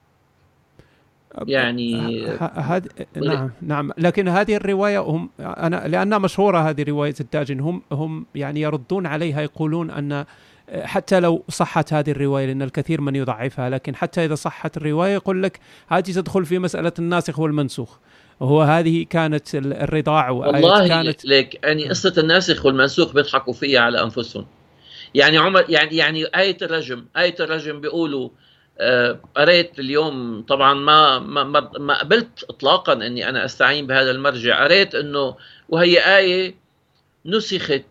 يعني هذه نعم نعم لكن هذه الرواية هم أنا لأنها مشهورة، هذه رواية الداجن، هم هم يعني يردون عليها، يقولون أن حتى لو صحت هذه الرواية، لأن الكثير من يضعفها، لكن حتى إذا صحت الرواية يقول لك هذه تدخل في مسألة الناسخ والمنسوخ، وهو هذه كانت الرضاع والله كانت لك يعني قصة الناسخ والمنسوخ بيضحكوا فيها على أنفسهم. يعني عمر يعني يعني آية الرجم آية الرجم بيقولوا قريت اليوم طبعا ما ما ما قبلت اطلاقا اني انا استعين بهذا المرجع. قريت انه وهي آية نسخت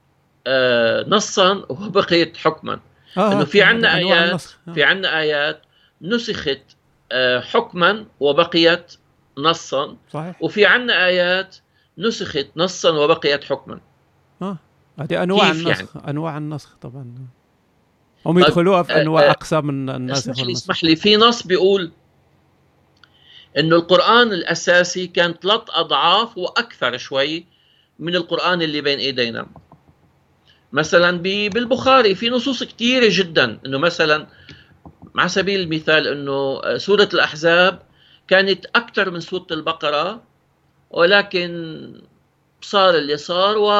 نصا وبقيت حكما. آه انه في عندنا ايات آه. في عندنا آيات نسخت حكما وبقيت نصا، صحيح. وفي عندنا آيات نسخت نصا وبقيت حكما. اه هذه انواع النسخ، يعني؟ انواع النسخ طبعا هم طيب يدخلوها في انواع اقسام من الناسخ والمنسوخ. اسمح لي، في نص بيقول انه القرآن الاساسي كان ثلاث اضعاف واكثر شوي من القرآن اللي بين ايدينا. مثلا بالبخاري في نصوص كثيرة جدا، انه مثلا على سبيل المثال انه سورة الاحزاب كانت اكثر من سورة البقرة، ولكن صار اللي صار، و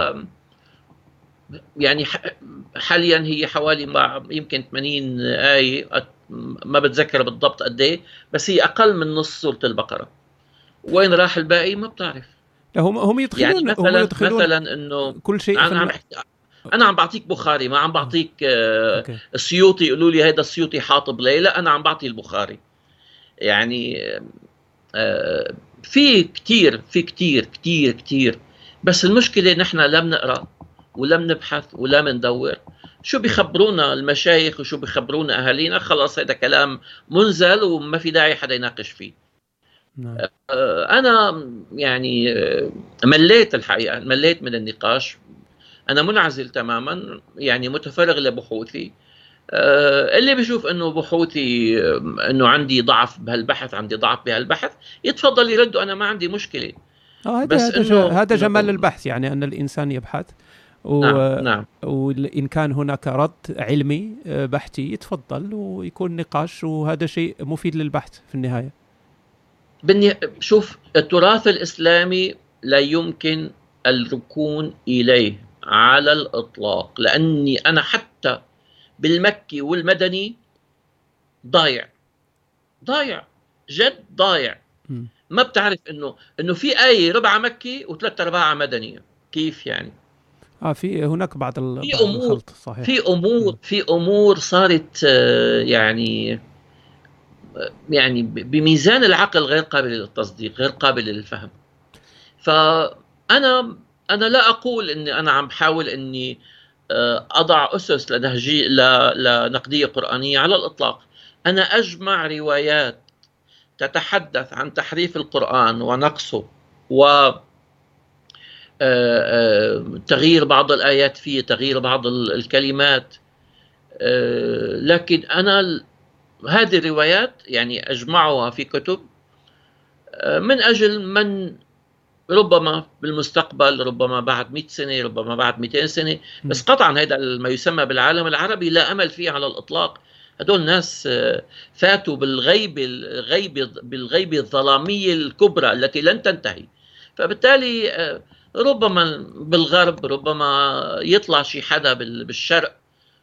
يعني حاليا هي حوالي مع يمكن ثمانين آية، ما بتذكر بالضبط قد ايه، بس هي اقل من نص سورة البقرة. وين راح الباقي ما بتعرف. هم هم يدخلون يعني مثلا هم يدخلون مثلا انه كل شيء. انا عم انا عم بعطيك بخاري، ما عم بعطيك آه أوكي. السيوطي يقولوا لي هيدا السيوطي حاطب ليه، لا انا عم بعطي البخاري. يعني آه في كتير في كتير كتير كتير، بس المشكلة نحن لا بنقرأ ولا بنبحث ولا بندور. شو بيخبرونا المشايخ وشو بيخبرونا أهالينا خلاص هذا كلام منزل وما في داعي حدا يناقش فيه. نعم. آه أنا يعني مليت الحقيقة، مليت من النقاش. أنا منعزل تماما، يعني متفرغ لبحوثي. أه اللي بيشوف انه بحوثي انه عندي ضعف بهالبحث، عندي ضعف بهالبحث، يتفضل يرد، انا ما عندي مشكله. آه بس هذا هذا جمال البحث، يعني ان الانسان يبحث و... نعم نعم. وإن كان هناك رد علمي بحثي يتفضل ويكون نقاش، وهذا شيء مفيد للبحث في النهايه. بني شوف، التراث الاسلامي لا يمكن الركون اليه على الاطلاق، لاني انا حتى بالمكي والمدني ضايع ضايع جد ضايع. م. ما بتعرف انه انه في آية ربع مكي وثلاث ارباعها مدنية، كيف يعني؟ اه في هناك بعض ال... في بعض امور الخلط. صحيح. في امور م. في امور صارت يعني يعني بميزان العقل غير قابل للتصديق، غير قابل للفهم. فانا انا لا اقول اني انا عم بحاول اني اضع اسس لنهجي لنقدية قرآنية على الاطلاق. انا اجمع روايات تتحدث عن تحريف القرآن ونقصه و تغيير بعض الآيات فيه، تغيير بعض الكلمات، لكن أنا هذه الروايات يعني أجمعها في كتب من أجل من ربما بالمستقبل، ربما بعد مئة سنة، ربما بعد مئتين سنة، بس قطعا هذا ما يسمى بالعالم العربي لا أمل فيه على الإطلاق. هدول ناس فاتوا بالغيب الغيب بالغيبة الظلامية الكبرى التي لن تنتهي. فبالتالي ربما بالغرب، ربما يطلع شي حدا بالشرق،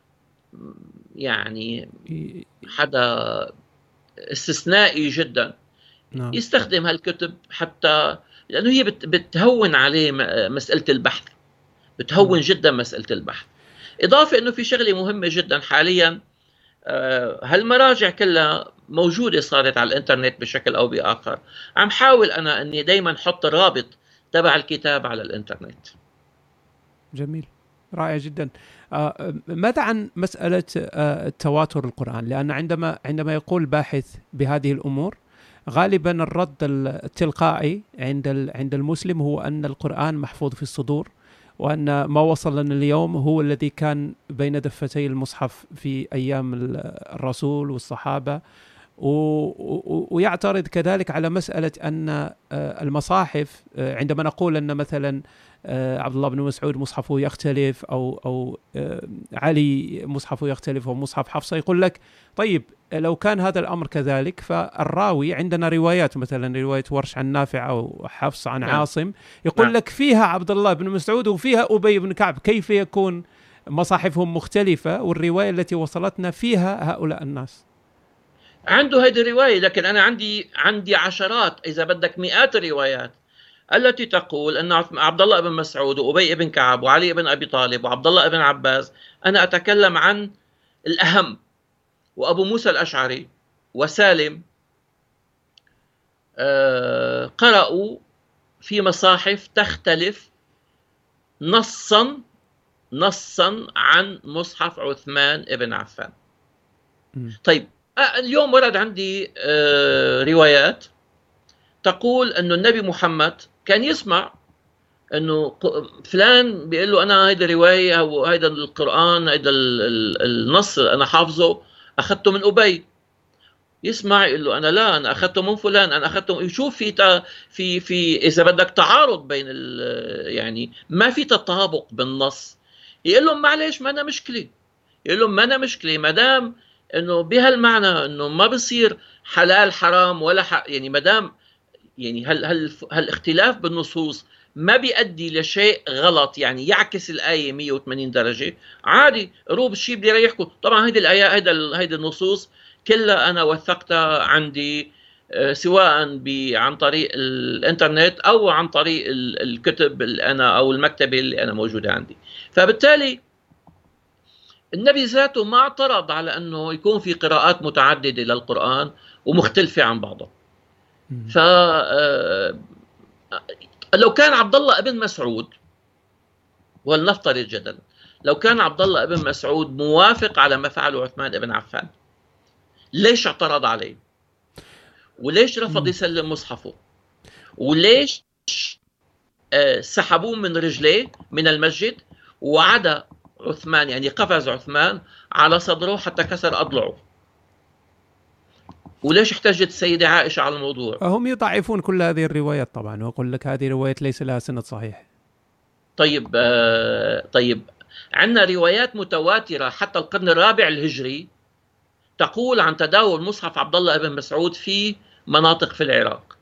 يعني حدا استثنائي جدا يستخدم هالكتب حتى لأنه هي بتهون عليه مسألة البحث، بتهون جدا مسألة البحث. إضافة أنه في شغلة مهمة جدا حاليا، هالمراجع كلها موجودة صارت على الانترنت بشكل أو بآخر. عم حاول أنا أني دايما حط الرابط تبع الكتاب على الانترنت. جميل، رائع جدا. ماذا عن مسألة تواتر القرآن؟ لأن عندما عندما يقول باحث بهذه الأمور غالبا الرد التلقائي عند عند المسلم هو أن القرآن محفوظ في الصدور، وأن ما وصل لنا اليوم هو الذي كان بين دفتي المصحف في أيام الرسول والصحابة. ويعترض كذلك على مسألة أن المصاحف، عندما نقول أن مثلا عبد الله بن مسعود مصحفه يختلف أو أو علي مصحفه يختلف أو مصحف حفصة، يقول لك طيب لو كان هذا الأمر كذلك فالراوي عندنا روايات، مثلا رواية ورش عن نافع أو حفص عن عاصم، يقول لك فيها عبد الله بن مسعود وفيها أبي بن كعب، كيف يكون مصاحفهم مختلفة والرواية التي وصلتنا فيها هؤلاء الناس؟ عنده هذه الرواية، لكن أنا عندي عندي عشرات إذا بدك مئات الروايات التي تقول أن عبد الله بن مسعود وأبي بن كعب وعلي بن أبي طالب وعبد الله بن عباس، أنا أتكلم عن الأهم، وأبو موسى الأشعري وسالم قرأوا في مصاحف تختلف نصا نصا عن مصحف عثمان بن عفان. طيب اليوم ورد عندي روايات تقول أنه النبي محمد كان يسمع أنه فلان بيقول له أنا هيدا رواية أو هيدا القرآن هيدا النص أنا حافظه أخذته من أبي، يسمع يقول له أنا لا أنا أخذته من فلان أنا أخذته. يشوف في في في إذا بدك تعارض بين يعني ما في تطابق بالنص، يقول لهم معلش ما أنا مشكلة، يقول لهم ما أنا مشكلة ما دام إنه بهالمعنى إنه ما بصير حلال حرام ولا ح... يعني ما دام يعني هال هال هالاختلاف بالنصوص ما بيؤدي لشيء غلط يعني يعكس الآية مية وثمانين درجة، عادي روب الشيء بده يريحكم. طبعا هيدي الآيات هيدا هيدي النصوص كلها أنا وثقتها عندي سواء عن طريق الإنترنت أو عن طريق الكتب اللي أنا أو المكتبة اللي أنا موجودة عندي. فبالتالي النبي ذاته ما اعترض على أنه يكون في قراءات متعددة للقرآن ومختلفة عن بعضها. ف لو كان عبد الله ابن مسعود، ولنفترض جدلا لو كان عبد الله ابن مسعود موافق على ما فعله عثمان بن عفان، ليش اعترض عليه؟ وليش رفض يسلم مصحفه؟ وليش سحبوه من رجليه من المسجد وعدا عثمان يعني قفز عثمان على صدره حتى كسر أضلعه؟ وليش احتجت السيدة عائشة على الموضوع؟ هم يضعفون كل هذه الروايات طبعا ويقول لك هذه روايات ليس لها سند صحيح. طيب آه طيب عندنا روايات متواترة حتى القرن الرابع الهجري تقول عن تداول مصحف عبد الله بن مسعود في مناطق في العراق.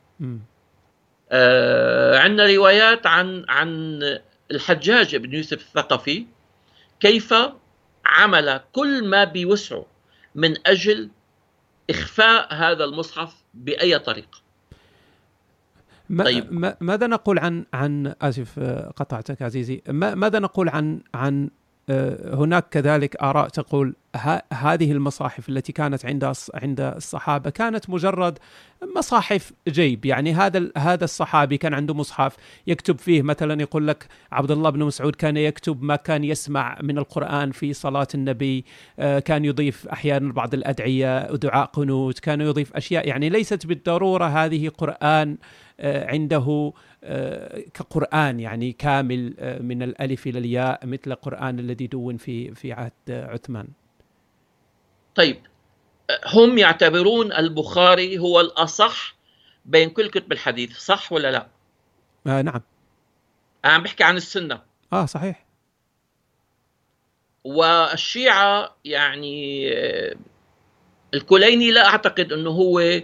آه عندنا روايات عن عن الحجاج بن يوسف الثقفي كيف عمل كل ما بوسعه من أجل إخفاء هذا المصحف بأي طريقة. طيب ماذا نقول عن عن آسف قطعتك عزيزي، ماذا نقول عن عن هناك كذلك آراء تقول هذه المصاحف التي كانت عند عند الصحابة كانت مجرد مصاحف جيب، يعني هذا هذا الصحابي كان عنده مصحف يكتب فيه مثلا، يقول لك عبد الله بن مسعود كان يكتب ما كان يسمع من القرآن في صلاة النبي، كان يضيف أحيانا بعض الأدعية دعاء قنوت، كان يضيف أشياء يعني ليست بالضرورة هذه قرآن عنده كقرآن يعني كامل من الألف إلى الياء مثل القرآن الذي دون في في عهد عثمان. طيب هم يعتبرون البخاري هو الأصح بين كل كتب الحديث، صح ولا لا؟ آه نعم. عم بحكي عن السنة. آه صحيح. والشيعة يعني الكليني لا أعتقد أنه هو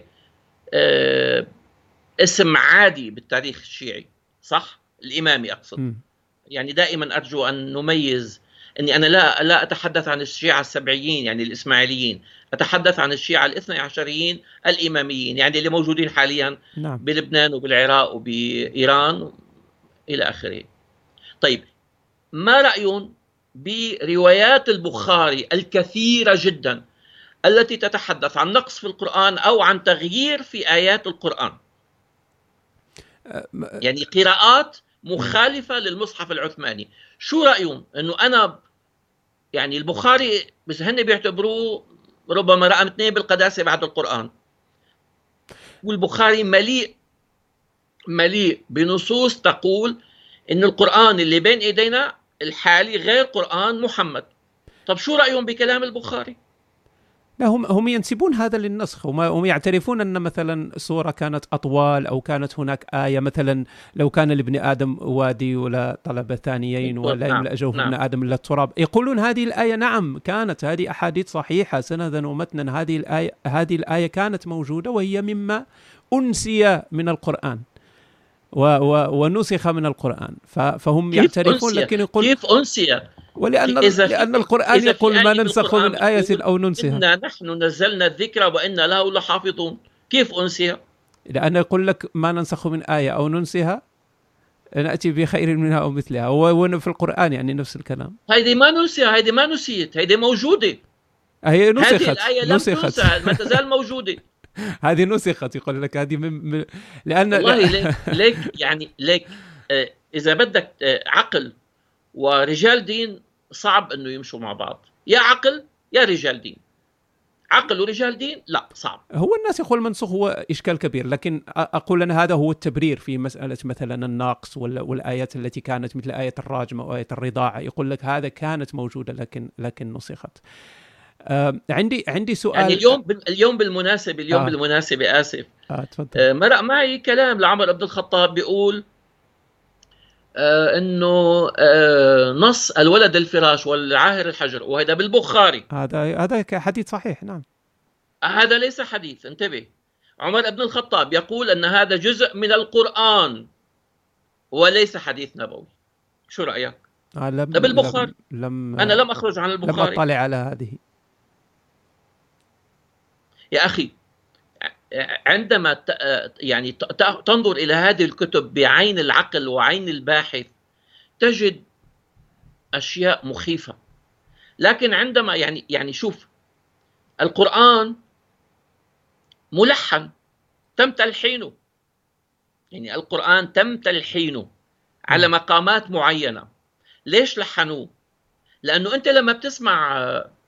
اسم عادي بالتاريخ الشيعي، صح؟ الإمامي أقصد. م. يعني دائما أرجو أن نميز أني أنا لا لا أتحدث عن الشيعة السبعيين يعني الإسماعيليين، أتحدث عن الشيعة الاثني عشريين الإماميين يعني اللي موجودين حاليا نعم. بلبنان وبالعراق وبإيران إلى آخره. طيب ما رأيهم بروايات البخاري الكثيرة جدا التي تتحدث عن نقص في القرآن أو عن تغيير في آيات القرآن، يعني قراءات مخالفة للمصحف العثماني؟ شو رأيهم؟ أنه أنا يعني البخاري بس هن بيعتبروه ربما رقم اثنين بالقداسة بعد القرآن، والبخاري مليء مليء بنصوص تقول أن القرآن اللي بين إيدينا الحالي غير قرآن محمد. طب شو رأيهم بكلام البخاري؟ لا هم هم ينسبون هذا للنسخ، هم يعترفون أن مثلا سورة كانت أطوال أو كانت هناك آية مثلا لو كان لابن آدم وادي ولا طلب ثانيين ولا يملأ جوف ابن آدم إلا التراب، يقولون هذه الآية نعم كانت، هذه أحاديث صحيحة سندا ومتنا، هذه الآية هذه الآية كانت موجودة وهي مما أنسي من القرآن و و ونسخ من القرآن، فهم يعترفون لكن يقول كيف أنسي؟ ولأن لأن القرآن يقول ما ننسخ من آية أو ننسها إنا نحن نزلنا الذكر وإنا له لحافظون. كيف أنسها؟ لأن يقول لك ما ننسخ من آية أو ننسها نأتي بخير منها أو مثلها، وفي القرآن يعني نفس الكلام. هذه ما ننسيها، هذه ما نسيت، هذه موجودة. هي نسخت هذه الآية لم تنسى، ما تزال موجودة. هذه نسخت، يقول لك هذه من... من... لأن والله ليك ليك يعني ليك آه إذا بدك آه عقل ورجال دين صعب أنه يمشوا مع بعض، يا عقل يا رجال دين. عقل ورجال دين لا، صعب. هو الناس يقول المنسوخ هو إشكال كبير، لكن أقول أن هذا هو التبرير في مسألة مثلا الناقص والآيات التي كانت مثل آية الراجم أو آية الرضاعة، يقول لك هذا كانت موجودة لكن لكن نسخت. آه عندي عندي سؤال. يعني اليوم اليوم بالمناسبة اليوم آه. بالمناسبة آسف آه تفضل. آه مرق معي كلام لعمر بن الخطاب بيقول آه انه آه نص الولد الفراش والعاهر الحجر، وهذا بالبخاري. هذا هذا حديث صحيح. نعم، هذا ليس حديث، انتبه. عمر بن الخطاب يقول ان هذا جزء من القرآن وليس حديث نبوي. شو رأيك؟ آه لم ده بالبخاري. لم, لم انا لم اخرج عن البخاري، لم اطلع على هذه. يا اخي عندما يعني تنظر إلى هذه الكتب بعين العقل وعين الباحث تجد أشياء مخيفة. لكن عندما يعني يعني شوف، القرآن ملحن، تم تلحينه. يعني القرآن تم تلحينه على مقامات معينة. ليش لحنوه؟ لأنه أنت لما بتسمع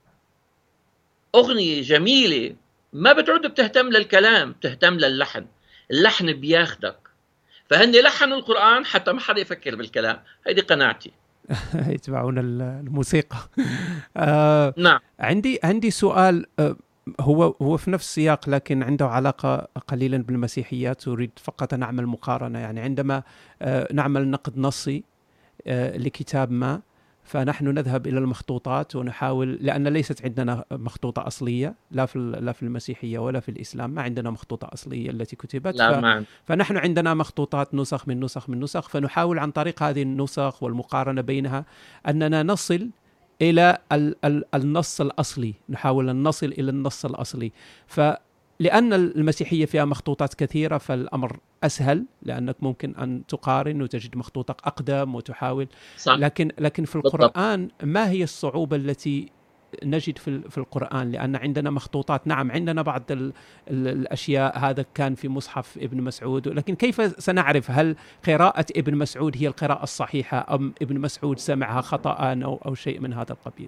أغنية جميلة ما بتعود بتهتم للكلام، بتهتم للحن. اللحن بياخدك. فهن لحنوا القرآن حتى ما حدا يفكر بالكلام. هيدي قناعتي. يتبعون الموسيقى. آه نعم. عندي عندي سؤال، آه هو هو في نفس السياق لكن عنده علاقة قليلا بالمسيحيات. أريد فقط أن أعمل مقارنة. يعني عندما آه نعمل نقد نصي آه لكتاب ما، فنحن نذهب إلى المخطوطات ونحاول، لأن ليست عندنا مخطوطة أصلية لا في لا في المسيحية ولا في الإسلام. ما عندنا مخطوطة أصلية التي كتبت. لا ف... ما. فنحن عندنا مخطوطات، نسخ من نسخ من نسخ، فنحاول عن طريق هذه النسخ والمقارنة بينها أننا نصل إلى ال... ال... النص الأصلي. نحاول أن نصل إلى النص الأصلي. فلأن المسيحية فيها مخطوطات كثيرة فالأمر أسهل، لأنك ممكن أن تقارن وتجد مخطوطة أقدم وتحاول. صح. لكن لكن في القرآن ما هي الصعوبة التي نجد في في القرآن؟ لأن عندنا مخطوطات، نعم عندنا بعض ال ال الأشياء، هذا كان في مصحف ابن مسعود، لكن كيف سنعرف هل قراءة ابن مسعود هي القراءة الصحيحة أم ابن مسعود سمعها خطأ أو أو شيء من هذا القبيل؟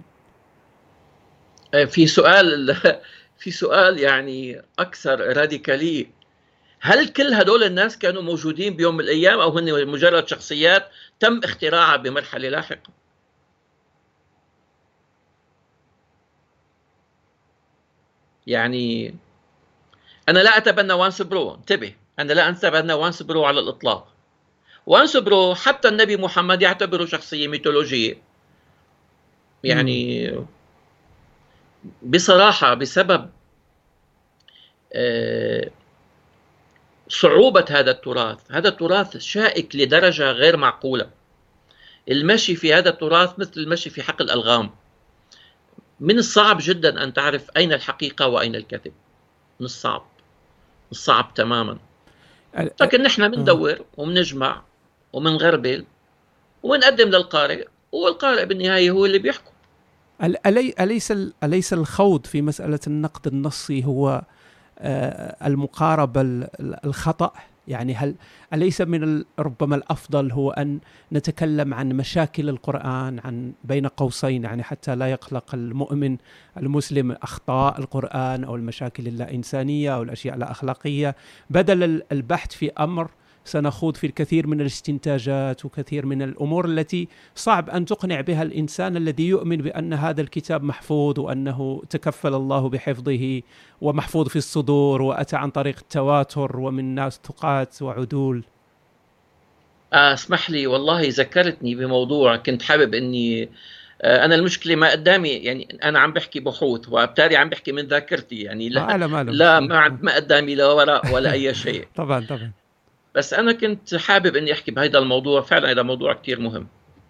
في سؤال في سؤال يعني أكثر راديكالية. هل كل هدول الناس كانوا موجودين بيوم من الأيام أو هن مجرد شخصيات تم اختراعها بمرحلة لاحقة؟ يعني أنا لا أتبنى وانسبرو، انتبه، أنا لا أتبنى وانسبرو على الإطلاق. وانسبرو حتى النبي محمد يعتبره شخصية ميثولوجية. يعني م. بصراحة بسبب آه صعوبة هذا التراث. هذا التراث شائك لدرجة غير معقولة. المشي في هذا التراث مثل المشي في حقل الألغام. من الصعب جدا أن تعرف أين الحقيقة وأين الكذب. من الصعب من الصعب تماما. لكن نحن بندور وبنجمع وبنغربل وبنقدم للقارئ، والقارئ بالنهاية هو اللي بيحكم. أليس أليس الخوض في مسألة النقد النصي هو المقاربة الخطأ؟ يعني هل أليس من ربما الأفضل هو أن نتكلم عن مشاكل القرآن عن بين قوسين، يعني حتى لا يقلق المؤمن المسلم أخطاء القرآن أو المشاكل اللا إنسانية أو الأشياء لا أخلاقية، بدل البحث في أمر سنخوض في الكثير من الاستنتاجات وكثير من الأمور التي صعب أن تقنع بها الإنسان الذي يؤمن بأن هذا الكتاب محفوظ وأنه تكفل الله بحفظه ومحفوظ في الصدور وأتى عن طريق التواتر ومن ناس ثقات وعدول. اسمح لي والله ذكرتني بموضوع كنت حابب أني أنا المشكلة ما قدامي، يعني أنا عم بحكي بحوث وابتالي عم بحكي من ذاكرتي، يعني لا لا ما قدامي لا وراء ولا أي شيء. طبعا طبعا. بس أنا كنت حابب أني أحكي بهذا الموضوع. فعلا هذا موضوع كتير مهم.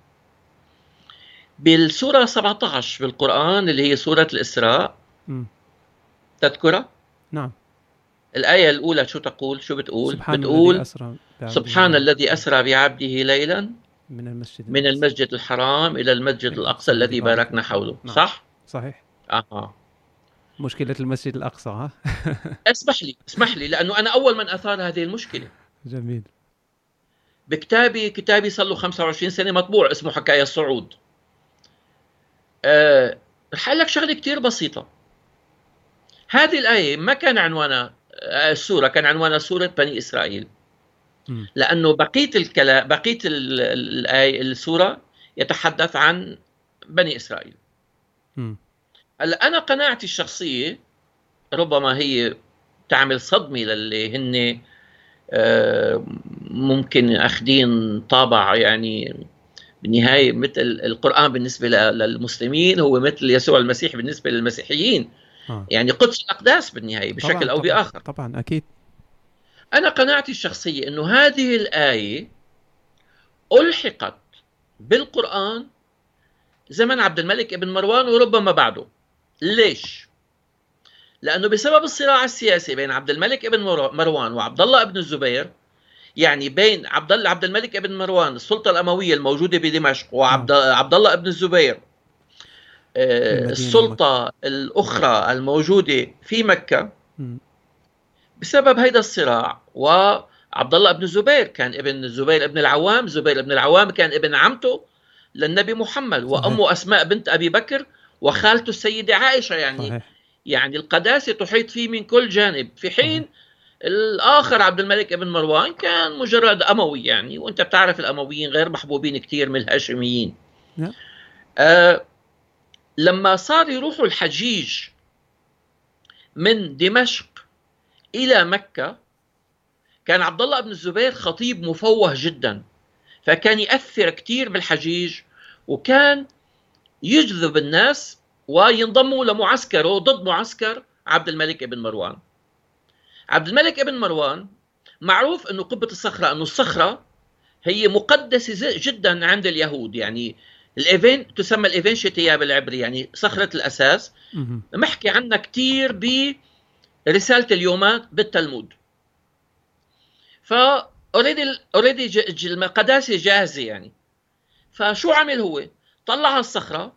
بالسورة سبعة عشر بالقرآن اللي هي سورة الإسراء، م. تذكرها؟ نعم. الآية الأولى شو تقول؟ شو بتقول؟ سبحان بتقول الذي أسرى سبحان الذي أسرى بعبده ليلا من المسجد من المسجد الحرام إلى المسجد الأقصى الذي باركنا حوله. نعم. صح؟ صحيح. آه. مشكلة المسجد الأقصى ها؟ اسمح لي اسمح لي لأنه أنا أول من أثار هذه المشكلة. جميل. بكتابي كتابي صار له خمسة وعشرين سنة مطبوع، اسمه حكاية الصعود. أه رح أقول لك شغلة كتير بسيطة. هذه الآية ما كان عنوانها السورة، كان عنوانها سورة بني إسرائيل. م. لأنه بقية الكلام بقية الآية السورة يتحدث عن بني إسرائيل. هلا أنا قناعتي الشخصية ربما هي تعمل صدمة للي هن ممكن أخذين طابع يعني بالنهاية مثل القرآن بالنسبة للمسلمين هو مثل يسوع المسيح بالنسبة للمسيحيين. آه. يعني قدس الأقداس بالنهاية بشكل طبعاً أو طبعاً بآخر. طبعا أكيد. أنا قناعتي الشخصية أنه هذه الآية ألحقت بالقرآن زمن عبد الملك ابن مروان وربما بعده. ليش؟ لأنه بسبب الصراع السياسي بين عبد الملك ابن مروان وعبد الله ابن الزبير، يعني بين عبد الله عبد الملك ابن مروان السلطة الأموية الموجودة بدمشق وعبد عبد الله ابن الزبير السلطة الأخرى الموجودة في مكة. بسبب هذا الصراع، وعبد الله ابن الزبير كان ابن الزبير ابن العوام، زبير ابن العوام كان ابن عمته للنبي محمد، وأمه أسماء بنت أبي بكر، وخالته السيدة عائشة. يعني صحيح. يعني القداسة تحيط فيه من كل جانب، في حين صحيح. الآخر عبد الملك ابن مروان كان مجرد أموي يعني، وأنت بتعرف الأمويين غير محبوبين كتير من الهاشميين. آه لما صار يروحوا الحجيج من دمشق إلى مكة، كان عبد الله بن الزبير خطيب مفوه جدا، فكان يأثر كتير بالحجيج، وكان يجذب الناس وينضموا لمعسكره ضد معسكر عبد الملك ابن مروان. عبد الملك ابن مروان معروف أنه قبة الصخرة، أنه الصخرة هي مقدسة جدا عند اليهود. يعني الإيفين تسمى الإيفين شتيا بالعبري، يعني صخرة الأساس، محكي عنها كتير برسالة اليومات بالتلمود. فا اوريدي اوريدي القداسة جاهزة يعني. فشو عمل هو؟ طلع الصخرة،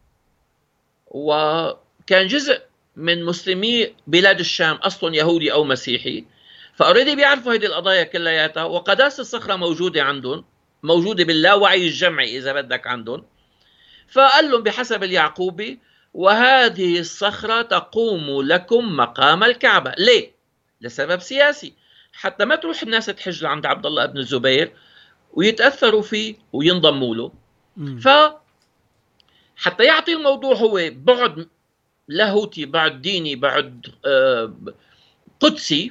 وكان جزء من مسلمي بلاد الشام أصلا يهودي أو مسيحي، فاوريدي بيعرفوا هذه القضايا كلياتها، وقداسة الصخرة موجودة عندهم، موجودة باللاوعي الجمعي إذا بدك عندهم. فقال لهم بحسب اليعقوبي: وهذه الصخرة تقوم لكم مقام الكعبة. ليه؟ لسبب سياسي، حتى ما تروح الناس تحج عند عبد الله بن الزبير ويتأثروا فيه وينضموا له. ف حتى يعطي الموضوع هو بعد لاهوتي، بعد ديني، بعد قدسي،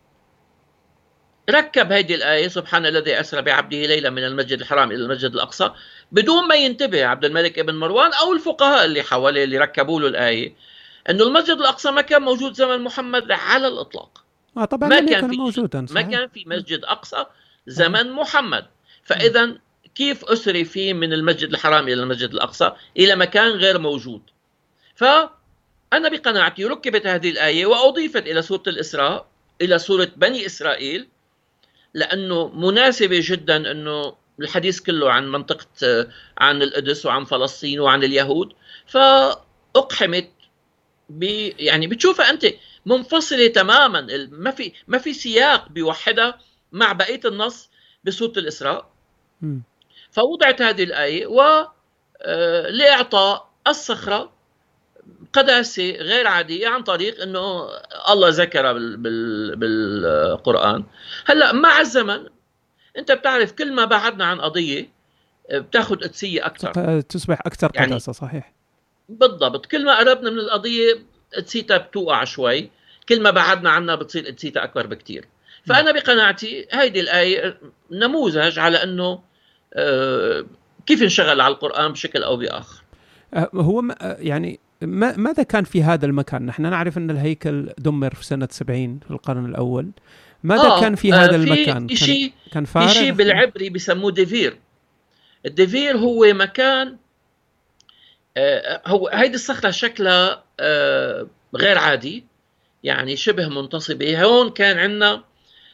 ركب هذه الآية: سبحان الذي أسرى بعبده ليلا من المسجد الحرام إلى المسجد الأقصى، بدون ما ينتبه عبد الملك ابن مروان أو الفقهاء اللي حواليه اللي ركبوا له الآية أنه المسجد الأقصى ما كان موجود زمن محمد على الإطلاق. آه طبعا ما كان في موجودا، ما كان في مسجد أقصى زمن محمد. فإذا كيف أسري فيه من المسجد الحرام إلى المسجد الأقصى إلى مكان غير موجود؟ فأنا بقناعتي ركبت هذه الآية وأضيفت إلى سورة الإسراء، إلى سورة بني إسرائيل، لأنه مناسبة جدا أنه الحديث كله عن منطقة، عن القدس وعن فلسطين وعن اليهود. فأقحمت بي يعني بتشوفها أنت منفصلة تماما، ما في ما في سياق بيوحدها مع بقية النص بسورة الإسراء. م. فوضعت هذه الآية ولإعطاء الصخرة قداسة غير عادية عن طريق أنه الله ذكر بال بال بالقرآن. هلأ مع الزمن أنت بتعرف كل ما بعدنا عن قضية بتاخد قدسية أكثر، تصبح أكثر يعني قداسة. صحيح بالضبط. كل ما قربنا من القضية قدسيتها بتوقع شوي، كل ما بعدنا عنها بتصير قدسيتها أكبر بكتير. فأنا بقناعتي هيدي الآية نموذج على أنه كيف انشغل على القرآن بشكل أو بآخر. هو يعني ما ماذا كان في هذا المكان؟ نحن نعرف أن الهيكل دمر في سنة سبعين في القرن الأول. ماذا آه كان في هذا آه المكان؟ في شيء كان فارغ؟ في شيء بالعبري بيسموه ديفير. الديفير هو مكان، آه هو هيدي الصخرة شكلها آه غير عادي، يعني شبه منتصبة. هون كان عندنا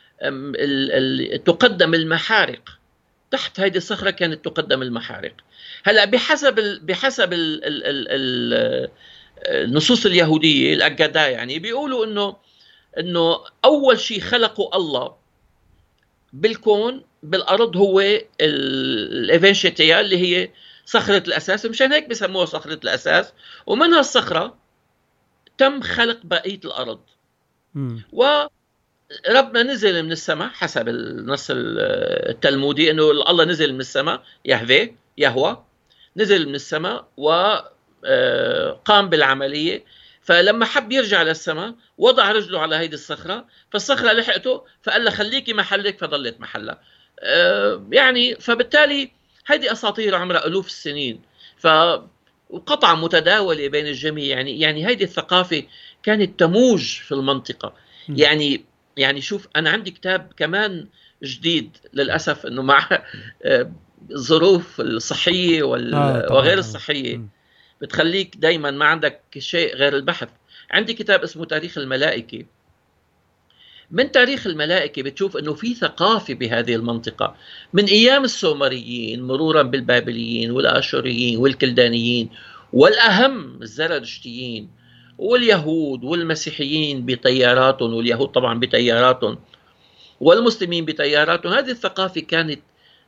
تقدم المحارق تحت هيدي الصخرة، كانت تقدم المحارق. هلا بحسب ال بحسب ال ال ال ال النصوص اليهودية الأجداء يعني بيقولوا إنه إنه أول شيء خلقه الله بالكون بالأرض هو الإيفنشيتيا اللي هي صخرة الأساس، مشان هيك بسموها صخرة الأساس، ومن هالصخرة تم خلق بقية الأرض. م. وربنا نزل من السماء حسب النص التلمودي إنه الله نزل من السماء، يهوه يهوه نزل من السماء وقام بالعملية. فلما حب يرجع للسماء وضع رجله على هيدي الصخرة، فالصخرة لحقته فقال له خليكي محلك، فضلت محلها. يعني فبالتالي هيدي أساطير عمرها ألوف السنين، فقطعة متداولة بين الجميع. يعني يعني هيدي الثقافة كانت تموج في المنطقة. يعني يعني شوف، أنا عندي كتاب كمان جديد للأسف إنه مع الظروف الصحية وغير الصحية بتخليك دايما ما عندك شيء غير البحث. عندي كتاب اسمه تاريخ الملائكة. من تاريخ الملائكة بتشوف أنه في ثقافة بهذه المنطقة من أيام السومريين مرورا بالبابليين والآشوريين والكلدانيين، والأهم الزرادشتيين واليهود والمسيحيين بتياراتهم، واليهود طبعا بتياراتهم، والمسلمين بتياراتهم. هذه الثقافة كانت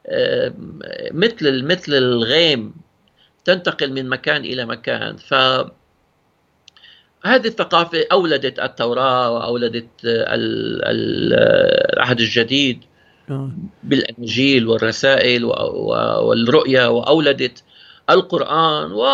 مثل مثل الغيم تنتقل من مكان إلى مكان. فهذه الثقافة أولدت التوراة وأولدت العهد الجديد بالإنجيل والرسائل والرؤيا، وأولدت القرآن. و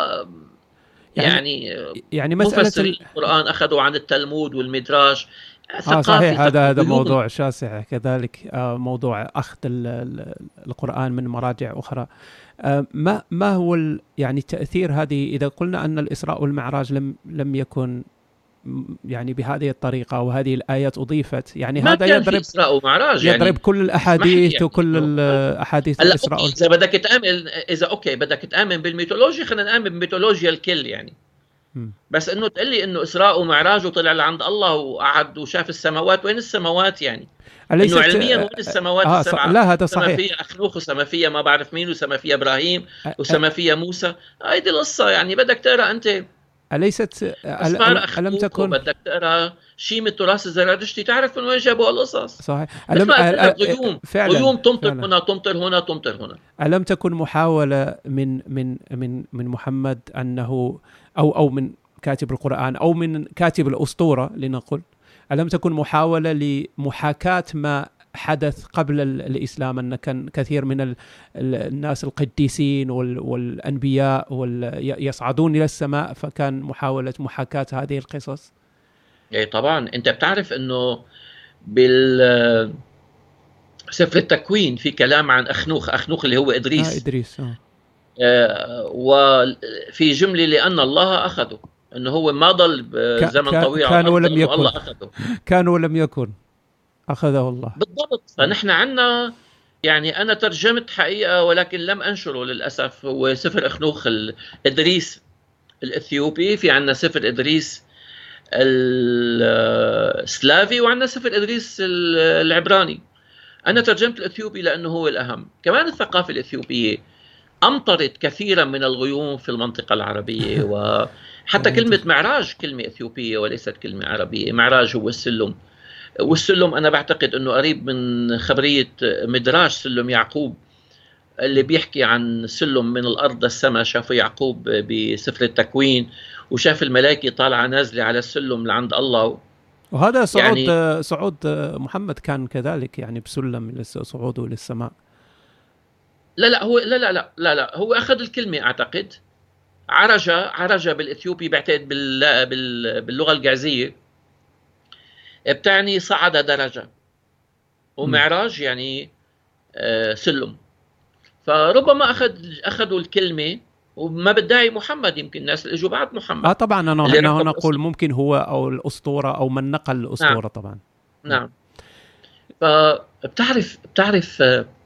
يعني يعني مسألة القرآن أخذوا عن التلمود والمدراج. آه صحيح، هذا هذا موضوع شاسع كذلك، آه موضوع أخذ القرآن من مراجع أخرى. آه ما ما هو يعني تأثير هذه، إذا قلنا أن الإسراء والمعراج لم لم يكن يعني بهذه الطريقة وهذه الآيات أضيفت، يعني هذا يضرب إسراء ومعراج، يضرب يعني كل الأحاديث يعني وكل الأحاديث الإسراء. إذا بدك تآمن إذا أوكي بدك تآمن بالميثولوجيا، خلينا نآمن بالميثولوجيا الكل يعني. بس انه تقول لي انه اسراء ومعراج وطلع لعند الله وقعد وشاف السماوات، وين السماوات يعني؟ انه علميا وين السماوات آه السبعه؟ لا هذا صحيح. سما فيها اخنوخ وسما فيها ما بعرف مين وسما فيها ابراهيم وسما فيها موسى. هيدي القصه يعني بدك تقرا انت. أليست ألم تكن بدك تقرا شيء من التراث الزرادشتي تعرف من وين جابوا القصص؟ صحيح. ألم غيوم غيوم تمطر فعلا. هنا تمطر هنا تمطر هنا. ألم تكن محاولة من من من من محمد أنه أو أو من كاتب القرآن أو من كاتب الأسطورة لنقل، ألم تكن محاولة لمحاكاة ما حدث قبل الإسلام، أن كان كثير من الناس القديسين والأنبياء يصعدون إلى السماء، فكان محاولة محاكاة هذه القصص؟ يعني طبعا أنت بتعرف أنه بال سفر التكوين في كلام عن أخنوخ أخنوخ اللي هو إدريس آه إدريس آه. آه وفي جملة لأن الله أخذه، أنه هو ما ضل زمن كان طويل كان ولم يكن الله أخذه. كان ولم يكن أخذه الله بالضبط. فنحن عنا يعني أنا ترجمت حقيقة ولكن لم أنشره للأسف، هو سفر أخنوخ إدريس الإثيوبي، في عنا سفر إدريس السلافي، وعنا سفر إدريس العبراني. أنا ترجمت الإثيوبي لأنه هو الأهم. كمان الثقافة الإثيوبية أمطرت كثيرا من الغيوم في المنطقة العربية، وحتى كلمة معراج كلمة إثيوبية وليست كلمة عربية. معراج هو السلم، والسلم أنا بعتقد أنه قريب من خبرية مدراج سلم يعقوب اللي بيحكي عن سلم من الأرض للسماء، شافه يعقوب بسفر التكوين وشاف الملائكة طالعة نازلة على السلم لعند الله. وهذا صعود يعني صعود محمد كان كذلك يعني بسلم صعوده للسماء. لا لا هو لا لا لا لا, لا هو أخذ الكلمة أعتقد عرج عرج بالإثيوبي بعتقد بال بال باللغة الجعزية بتعني صعد درجة، ومعراج يعني آه سلم. فربما أخذ أخذوا الكلمة وما بدعي محمد، يمكن الناس اللي اجوا بعد محمد. اه طبعا انا هنا نقول ممكن هو او الاسطوره او من نقل الاسطوره. نعم. طبعا نعم. فبتعرف بتعرف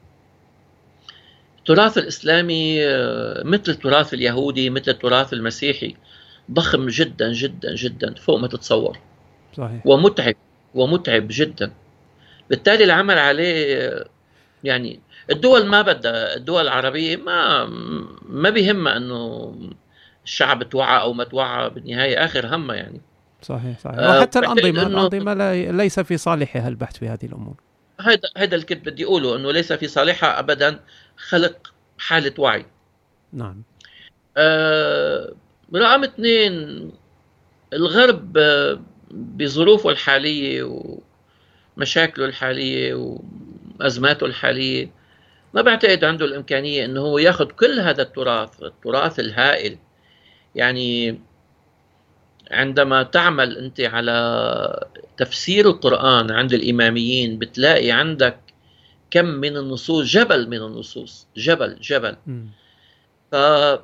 التراث الاسلامي مثل التراث اليهودي مثل التراث المسيحي ضخم جدا جدا جدا فوق ما تتصور. صحيح. ومتعب ومتعب جدا. بالتالي العمل عليه يعني الدول ما بدها، الدول العربية ما ما بيهمها انه الشعب توعى أو ما توعى بالنهاية آخر همه يعني. صحيح صحيح. وحتى أه الأنظمة الأنظمة ليس في صالحها البحث في هذه الأمور. هذا هذا اللي كنت بدي أقوله، أنه ليس في صالحها أبدا خلق حالة وعي. نعم. أه رقم اثنين، الغرب بظروفه الحالية ومشاكله الحالية وأزماته الحالية ما بعتقد عنده الإمكانية أنه هو يأخذ كل هذا التراث التراث الهائل. يعني عندما تعمل أنت على تفسير القرآن عند الإماميين بتلاقي عندك كم من النصوص، جبل من النصوص، جبل جبل ف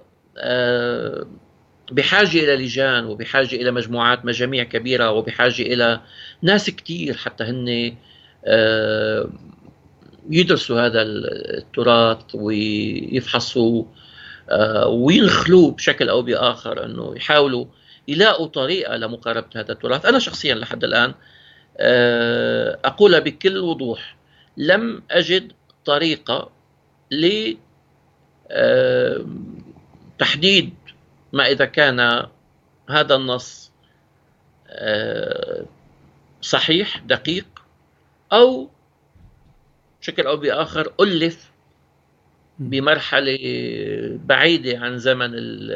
بحاجة إلى لجان، وبحاجة إلى مجموعات مجاميع كبيرة، وبحاجة إلى ناس كتير حتى هن يدرسوا هذا التراث ويفحصوا وينخلوه بشكل أو بآخر، أنه يحاولوا يلاقوا طريقة لمقاربة هذا التراث. أنا شخصيا لحد الآن أقول بكل وضوح لم أجد طريقة لتحديد ما إذا كان هذا النص صحيح دقيق أو بشكل أو بآخر ألف بمرحلة بعيدة عن زمن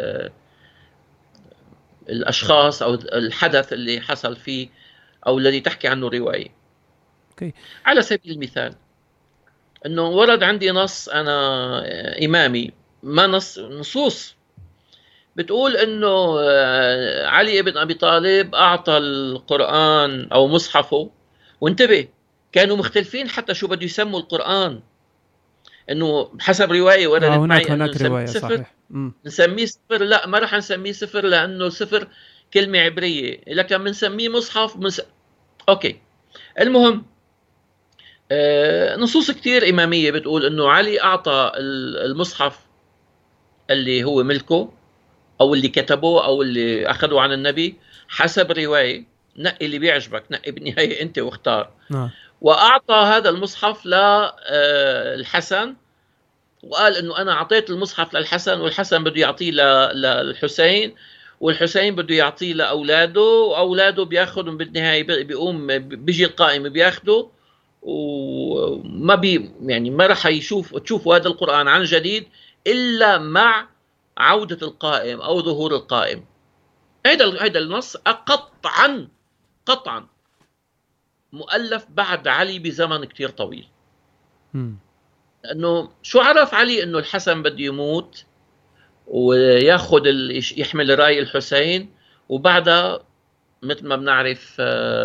الأشخاص أو الحدث اللي حصل فيه أو الذي تحكي عنه الرواية. okay. على سبيل المثال أنه ورد عندي نص أنا إمامي، ما نص نصوص بتقول أنه علي بن أبي طالب أعطى القرآن أو مصحفه، وانتبه كانوا مختلفين حتى شو بده يسموا القرآن، أنه حسب رواية وردت آه معي هناك هناك رواية صحيح نسميه سفر. لا ما راح نسميه سفر لأنه سفر كلمة عبرية، لكن بنسميه مصحف منس... أوكي. المهم آه نصوص كتير إمامية بتقول أنه علي أعطى المصحف اللي هو ملكه أو اللي كتبه أو اللي أخذه عن النبي حسب رواية، نقي اللي بيعجبك، نقي بالنهاية أنت واختار. نعم. وأعطى هذا المصحف للحسن وقال إنه أنا أعطيت المصحف للحسن، والحسن بده يعطيه للحسين، والحسين بده يعطيه لأولاده، وأولاده بياخذهم بالنهاية، بيقوم بيجي القائم بياخده، وما بي يعني ما راح يشوف تشوفوا هذا القرآن عن جديد إلا مع عودة القائم أو ظهور القائم. هذا هذا النص قطعا قطعا مؤلف بعد علي بزمن كتير طويل. م. لأنه شو عرف علي إنه الحسن بده يموت وياخذ يحمل راي الحسين، وبعدها مثل ما بنعرف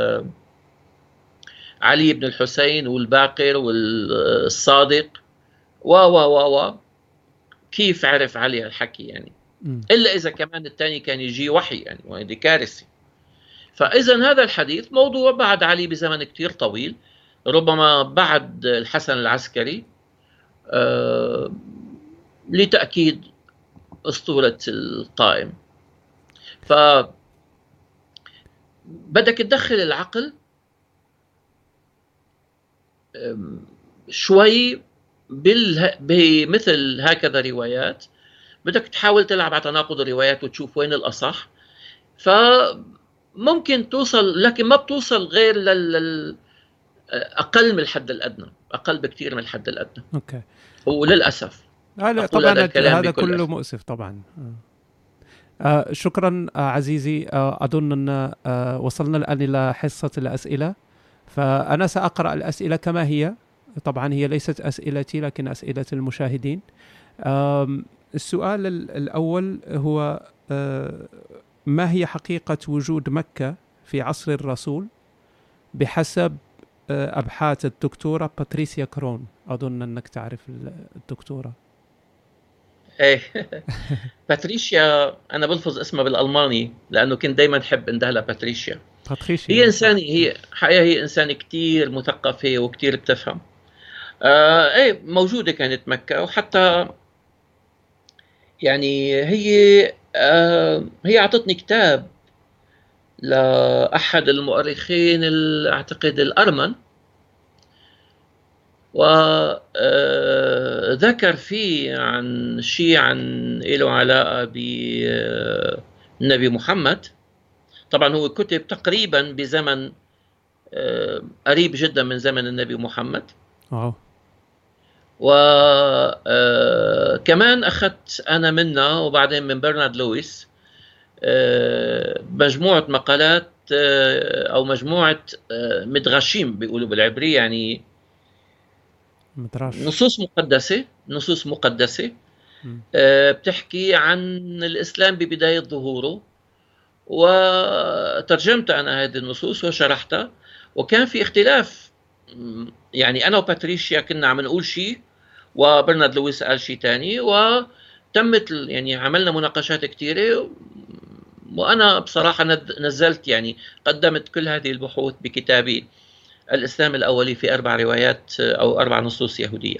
علي بن الحسين والباقر والصادق و و و و كيف عرف علي الحكي يعني؟ م. إلا إذا كمان الثاني كان يجي وحي يعني، وهذه كارثة. فإذا هذا الحديث موضوع بعد علي بزمن كتير طويل، ربما بعد الحسن العسكري، أه لتأكيد أسطورة القائم. فبدك تدخل العقل شوي بمثل هكذا روايات، بدك تحاول تلعب على تناقض الروايات وتشوف وين الأصح، فممكن توصل، لكن ما بتوصل غير لل أقل من الحد الأدنى، أقل بكتير من الحد الأدنى. أوكي. وللأسف هذا طبعا هذا, هذا كله أسف. مؤسف طبعا. آه شكرا آه عزيزي. آه أظن أن آه وصلنا الآن إلى حصة الأسئلة، فأنا سأقرأ الأسئلة كما هي، طبعا هي ليست أسئلتي لكن أسئلة المشاهدين. آه السؤال الأول هو آه ما هي حقيقة وجود مكة في عصر الرسول بحسب أبحاث الدكتورة باتريسيا كرون؟ أظن أنك تعرف الدكتورة. ايه باتريشيا، أنا بلفظ اسمها بالألماني لأنه كنت دايما حب اندهلها باتريشيا. باتريشيا هي إنسانة، هي حقيقة هي إنسانة كتير مثقفة وكتير بتفهم. آه ايه موجودة كانت مكة، وحتى يعني هي آه هي أعطتني كتاب لأحد المؤرخين أعتقد الأرمن، و ذكر فيه عن شيء عن له علاقة بالنبي محمد. طبعا هو كتب تقريبا بزمن قريب جدا من زمن النبي محمد. أوه. وكمان أخذت أنا منه وبعدين من برنارد لويس مجموعة مقالات أو مجموعة مدغشيم بيقولوا بالعبري، يعني مدرش. نصوص مقدسة نصوص مقدسة م. بتحكي عن الإسلام ببداية ظهوره، وترجمت أنا هذه النصوص وشرحتها. وكان في اختلاف، يعني أنا وباتريشيا كنا عم نقول شيء وبرنارد لويس قال شيء تاني، وتمت يعني عملنا مناقشات كثيرة. وأنا بصراحة نزلت يعني قدمت كل هذه البحوث بكتابي الإسلام الأولي في أربع روايات أو أربع نصوص يهودية.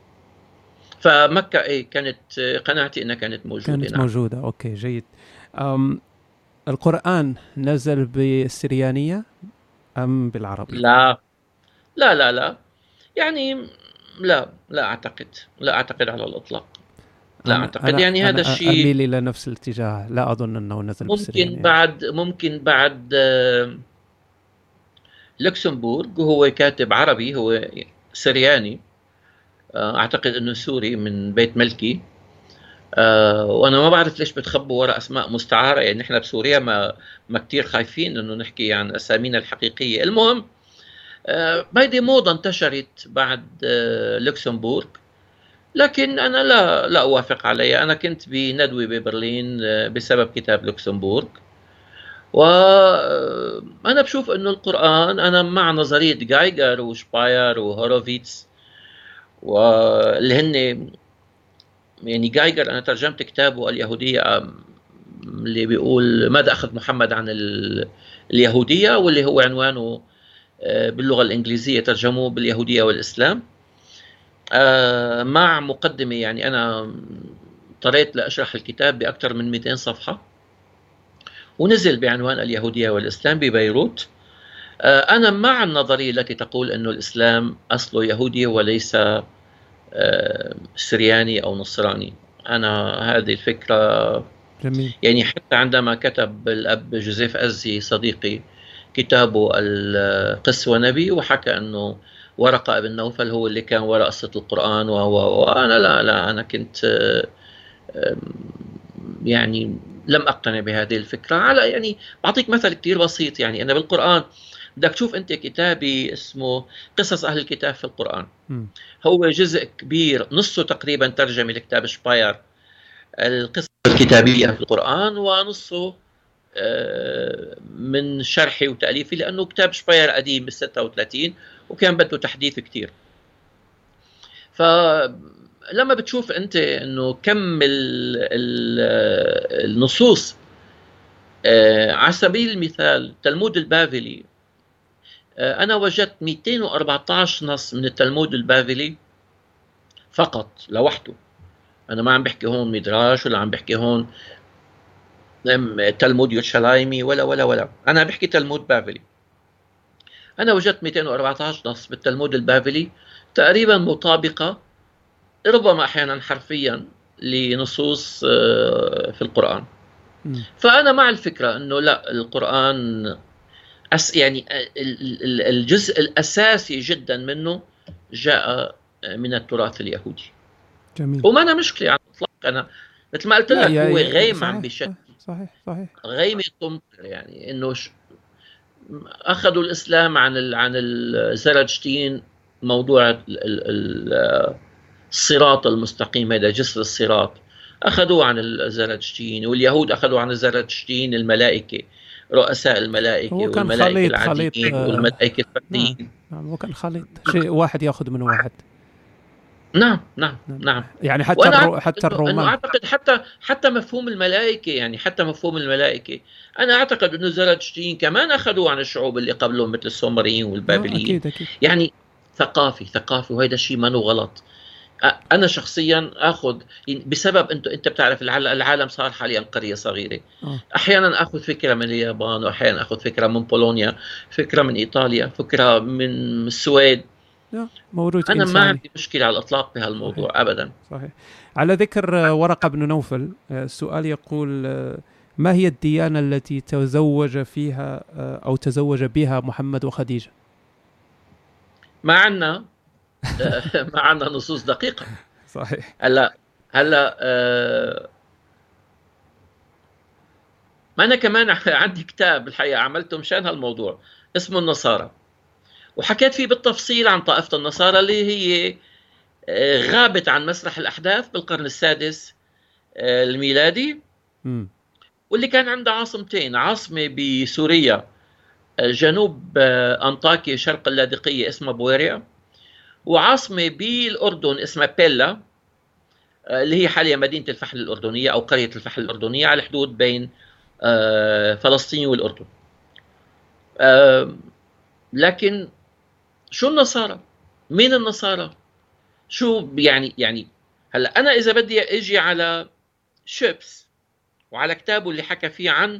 فمكة إيه كانت قناعتي أنها كانت موجودة. كانت نعم. موجودة. أوكي جيد. أم القرآن نزل بالسريانية أم بالعربي؟ لا لا لا لا يعني لا لا أعتقد لا أعتقد على الإطلاق. لا أنا أعتقد أنا يعني أنا هذا الشيء أميل إلى نفس الاتجاه، لا أظن أنه نزل ممكن بالسريانية. بعد ممكن بعد آه لوكسمبورغ، هو كاتب عربي، هو سرياني، آه أعتقد أنه سوري من بيت ملكي. آه وأنا ما بعرف ليش بتخبوا وراء أسماء مستعارة، يعني نحن بسوريا ما ما كتير خايفين أنه نحكي عن أسامينا الحقيقية. المهم هيدي آه موضة انتشرت بعد آه لوكسمبورغ، لكن أنا لا لا أوافق عليها. أنا كنت بندوة ببرلين آه بسبب كتاب لوكسمبورغ، وأنا بشوف أنه القرآن، أنا مع نظرية جايجر وشباير وهوروفيتس واللي هن يعني جايجر أنا ترجمت كتابه اليهودية اللي بيقول ماذا أخذ محمد عن اليهودية، واللي هو عنوانه باللغة الإنجليزية ترجموه باليهودية والإسلام، مع مقدمة. يعني أنا اضطريت لأشرح الكتاب بأكثر من مئتين صفحة، ونزل بعنوان اليهودية والإسلام ببيروت. أنا مع النظرية التي تقول أن الإسلام أصله يهودي وليس سرياني أو نصراني. أنا هذه الفكرة جميل. يعني حتى عندما كتب الأب جوزيف أزي صديقي كتابه القس ونبي، وحكى أنه ورقة ابن نوفل هو اللي كان وراء قصة القرآن، وأنا لا لا أنا كنت يعني لم أقتنع بهذه الفكرة. على يعني بعطيك مثل كتير بسيط، يعني أنا بالقرآن بدك تشوف أنت كتابي اسمه قصص أهل الكتاب في القرآن، م. هو جزء كبير نصه تقريبا ترجمة لكتاب شباير القصة الكتابية في القرآن، ونصه من شرحي وتأليفي، لأنه كتاب شباير قديم بالستة وثلاثين وكان بده تحديث كتير. فلما بتشوف أنت أنه كم النصوص، على سبيل المثال تلمود البابلي، أنا وجدت مئتين وأربعة عشر نص من التلمود البابلي فقط لوحده. أنا ما عم بحكي هون مدراش ولا عم بحكي هون تلمود يوشلايمي ولا ولا ولا أنا بحكي تلمود بابلي. أنا وجدت مئتين وأربعة عشر نص بالتلمود البابلي تقريبا مطابقة ربما أحيانا حرفيا لنصوص في القرآن. م. فأنا مع الفكرة أنه لا، القرآن أس يعني الجزء الأساسي جدا منه جاء من التراث اليهودي. جميل. وما أنا مشكلة على الإطلاق. أنا مثل ما قلت لك هو غيم عم بشكل صحيح صحيح غيمة طمطر، يعني إنه ش... أخذوا الإسلام عن ال... عن الزرجتين، موضوع ال... ال... الصراط المستقيم، هذا جسر الصراط أخذوه عن الزرجتين، واليهود أخذوا عن الزرجتين الملائكة، رؤساء الملائكة والملائكة العاديين والملائكة الفرديين. نعم هو كان خليط، شيء واحد يأخذ من واحد. نعم نعم نعم يعني حتى الرو... حتى الرومان. أنا أعتقد حتى حتى مفهوم الملائكة، يعني حتى مفهوم الملائكة أنا أعتقد إنه زرادشتيين كمان أخذوه عن الشعوب اللي قبلهم مثل السومريين والبابليين. أكيد أكيد. يعني ثقافي ثقافي وهذا شيء ما هو غلط. أنا شخصيا أخذ بسبب أنت أنت بتعرف العالم صار حاليا قرية صغيرة. أوه. أحيانا أخذ فكرة من اليابان، وأحيانا أخذ فكرة من بولونيا، فكرة من إيطاليا، فكرة من السويد، موروث أنا إنساني. ما عندي مشكلة على الإطلاق بهالموضوع. صحيح. أبدا. صحيح. على ذكر ورقة بن نوفل، السؤال يقول: ما هي الديانة التي تزوج فيها أو تزوج بها محمد وخديجة؟ ما عنا ما عنا نصوص دقيقة. صحيح. هلا هلا أه ما أنا كمان عندي كتاب الحقيقة عملته مشان هالموضوع اسمه النصارى، وحكيت فيه بالتفصيل عن طائفة النصارى اللي هي غابت عن مسرح الأحداث بالقرن السادس الميلادي، م. واللي كان عندها عاصمتين: عاصمة بسوريا جنوب أنطاكيا شرق اللاذقية اسمها بويريا، وعاصمة بالأردن اسمها بيلا اللي هي حاليا مدينة الفحل الأردنية أو قرية الفحل الأردنية على الحدود بين فلسطين والأردن. لكن شو النصارى؟ مين النصارى؟ شو يعني يعني هلا أنا إذا بدي أجي على شيبس وعلى كتابه اللي حكى فيه عن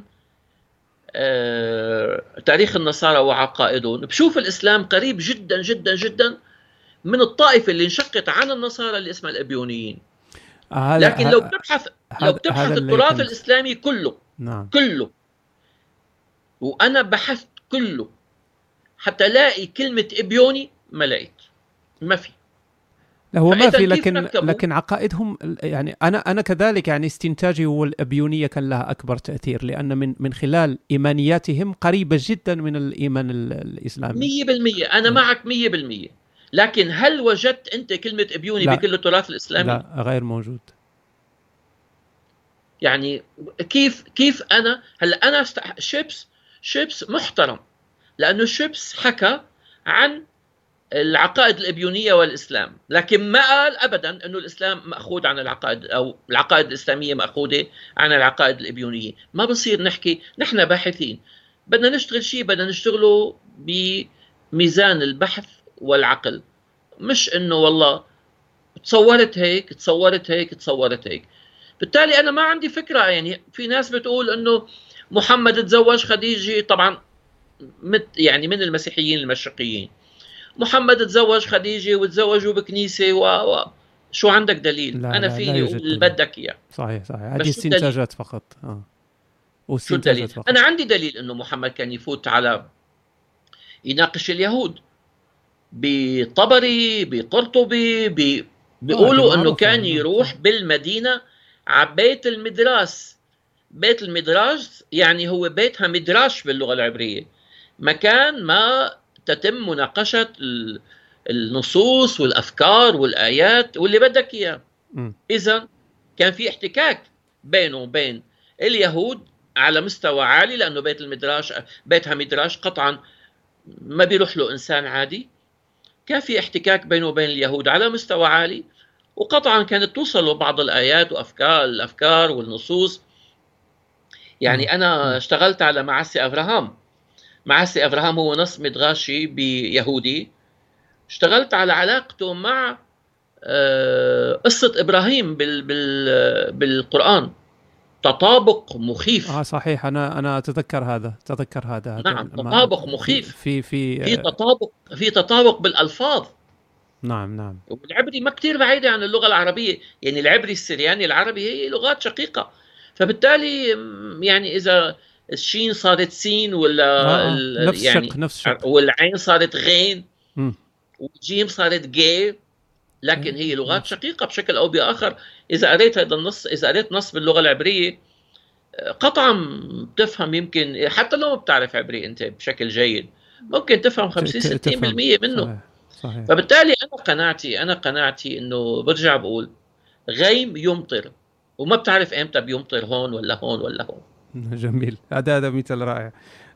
تاريخ النصارى وعقائدهم، بشوف الإسلام قريب جدا جدا جدا من الطائفة اللي انشقت عن النصارى اللي اسمها الأبيونيين. لكن لو بتبحث لو بتبحث التراث الإسلامي كله نعم. كله وأنا بحثت كله حتى الاقي كلمة إبيوني ما لقيت، ما في. لا هو ما في، لكن لكن عقائدهم يعني انا انا كذلك يعني استنتاجي هو الابيونيه كان لها اكبر تاثير، لان من من خلال ايمانياتهم قريبه جدا من الايمان الاسلامي. مية بالمية انا م. معك مية بالمية. لكن هل وجدت انت كلمه ابيوني لا. بكل التراث الاسلامي؟ لا، غير موجود. يعني كيف كيف انا هلا انا است... شيبس شيبس محترم، لانه شيبس حكى عن العقائد الإبيونية والإسلام، لكن ما قال أبدا أنه الإسلام مأخوذ عن العقائد أو العقائد الإسلامية مأخوذة عن العقائد الإبيونية. ما بصير نحكي نحن باحثين بدنا نشتغل شيء بدنا نشتغله بميزان البحث والعقل، مش أنه والله تصورت هيك تصورت هيك تصورت هيك. بالتالي أنا ما عندي فكرة. يعني في ناس بتقول أنه محمد تزوج خديجة، طبعا يعني من المسيحيين المشرقيين، محمد تزوج خديجة وتزوجوا بكنيسة و... و... شو عندك دليل؟ لا أنا لا فيني أقول اللي بدك إياه. صحيح صحيح، هذه استنتاجات فقط. آه. شو الدليل؟ فقط. أنا عندي دليل إنه محمد كان يفوت على يناقش اليهود بطبري بقرطبي ب... بيقولوا إنه كان يروح بالمدينة على بيت المدراس. بيت المدراس يعني هو بيتها مدراش باللغة العبرية، مكان ما تتم مناقشة النصوص والأفكار والآيات واللي بدك إياه. إذن كان في احتكاك بينه وبين اليهود على مستوى عالي، لأنه بيت المدراش بيتها مدراش قطعا ما بيروح له إنسان عادي. كان في احتكاك بينه وبين اليهود على مستوى عالي، وقطعا كانت توصل بعض الآيات وأفكار الأفكار والنصوص. يعني أنا اشتغلت على معسي أبراهام. معسي أبراهام هو نص مدغاشي بيهودي. اشتغلت على علاقته مع قصة إبراهيم بال بال بالقرآن. تطابق مخيف. اه صحيح، انا انا اتذكر هذا اتذكر هذا نعم، تطابق مخيف. في في في تطابق في تطابق بالألفاظ. نعم نعم. والعبري ما كتير بعيدة عن اللغة العربية، يعني العبري السرياني العربي هي لغات شقيقة، فبالتالي يعني إذا الشين صارت سين ولا آه نفس يعني شق نفس شق، والعين صارت غين م. والجيم صارت جي، لكن هي لغات شقيقة بشكل أو بآخر. إذا قريت هذا النص إذا قريت نص باللغة العبرية قطعا بتفهم، يمكن حتى لو ما بتعرف عبري أنت بشكل جيد ممكن تفهم خمسين ستين بالمية منه. صحيح. صحيح. فبالتالي أنا قناعتي أنا قناعتي إنه برجع بقول غيم يمطر وما بتعرف إمتى بيمطر، هون ولا هون ولا هون. جميل، هذا هذا مثال رائع.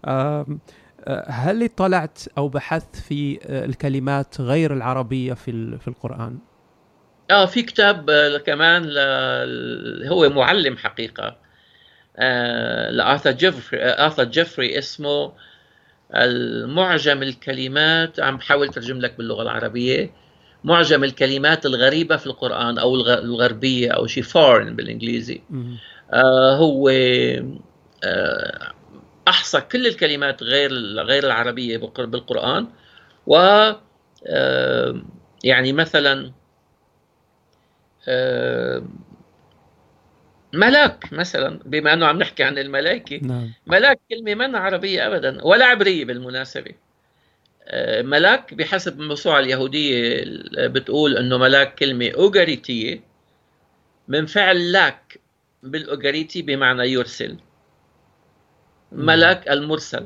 هل اطلعت أو بحثت في الكلمات غير العربية في في القرآن؟ آه في كتاب كمان هو معلم حقيقة لآرثر جيفري آرثر جيفري اسمه المعجم الكلمات، عم بحاول ترجم لك باللغة العربية، معجم الكلمات الغريبة في القرآن أو الغربية أو شيء foreign بالإنجليزي. آه هو آه أحصى كل الكلمات غير غير العربية بالقرآن، آه، يعني مثلا آه، ملاك مثلا، بما أنه عم نحكي عن الملائكة، نعم. ملاك كلمة ما عربية أبدا ولا عبرية بالمناسبة. آه، ملاك بحسب الموسوعة اليهودية بتقول أنه ملاك كلمة أوغاريتية من فعل لاك بالأوغاريتي بمعنى يرسل، مم. ملاك المرسل.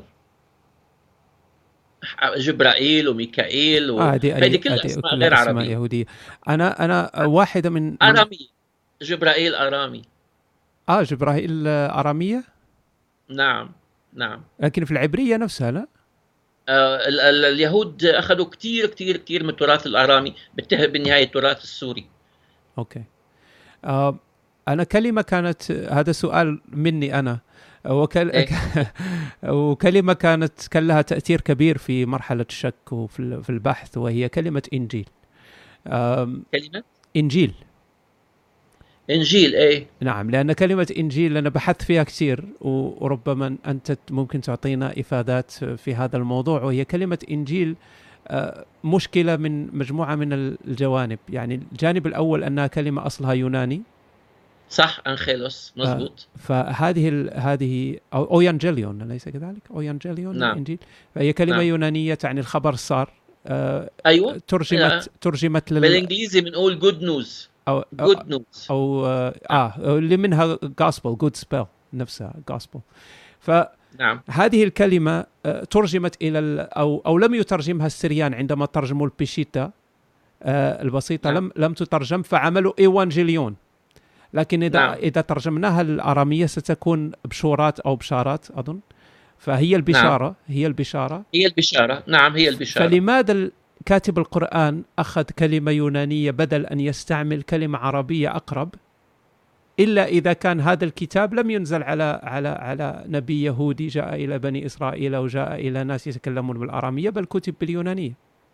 جبرائيل وميكائيل آه هذه وهيدي أي كلها هذه أسماء كلها غير أسماء عربية. يهودية. أنا أنا واحدة من من آرامي، جبرائيل آرامي. آه جبرائيل أرامية، نعم نعم. لكن في العبرية نفسها لا. آه ال- ال- اليهود أخذوا كتير كتير كتير من التراث الآرامي، بالتهى بالنهاية التراث السوري. أوكي. آه أنا كلمة كانت، هذا سؤال مني أنا، وكل... إيه؟ وكلمة كانت كان لها تأثير كبير في مرحلة الشك وفي ال- في البحث، وهي كلمة إنجيل. آم، كلمة إنجيل. إنجيل. إيه؟ نعم، لأن كلمة إنجيل أنا بحثت فيها كثير، و- وربما أنت ممكن تعطينا إفادات في هذا الموضوع. وهي كلمة إنجيل آه، مشكلة من مجموعة من الجوانب. يعني الجانب الأول أنها كلمة أصلها يوناني. صح، أنخيلوس، آه، مزبوط. فهذه ال... هذه أو أويانجيليون أليس كذلك؟ أويانجيليون نعم الإنجيل. فهي كلمة نعم. يونانية تعني الخبر السار. آه، أيوة. ترجمت آه، ترجمت لل بالإنجليزي بنقول good news. أو أو, good news. أو آه, نعم آه اللي منها gospel good spell نفسها gospel. نعم فهذه الكلمة آه ترجمت إلى ال... أو أو لم يترجمها السريان عندما ترجموا البيشيتا آه البسيطة، نعم لم لم تترجم فعملوا إيوانجيليون. لكن إذا نعم إذا ترجمناها الأرامية ستكون بشورات أو بشارات أظن. فهي نعم. البشارة، هي البشارة. هي البشارة، نعم هي البشارة. فلماذا كاتب القرآن أخذ كلمة يونانية بدل أن يستعمل كلمة عربية أقرب، إلا إذا كان هذا الكتاب لم ينزل على على على نبي يهودي جاء إلى بني إسرائيل أو جاء إلى ناس يتكلمون بالأرامية، بل كتب باليونانية.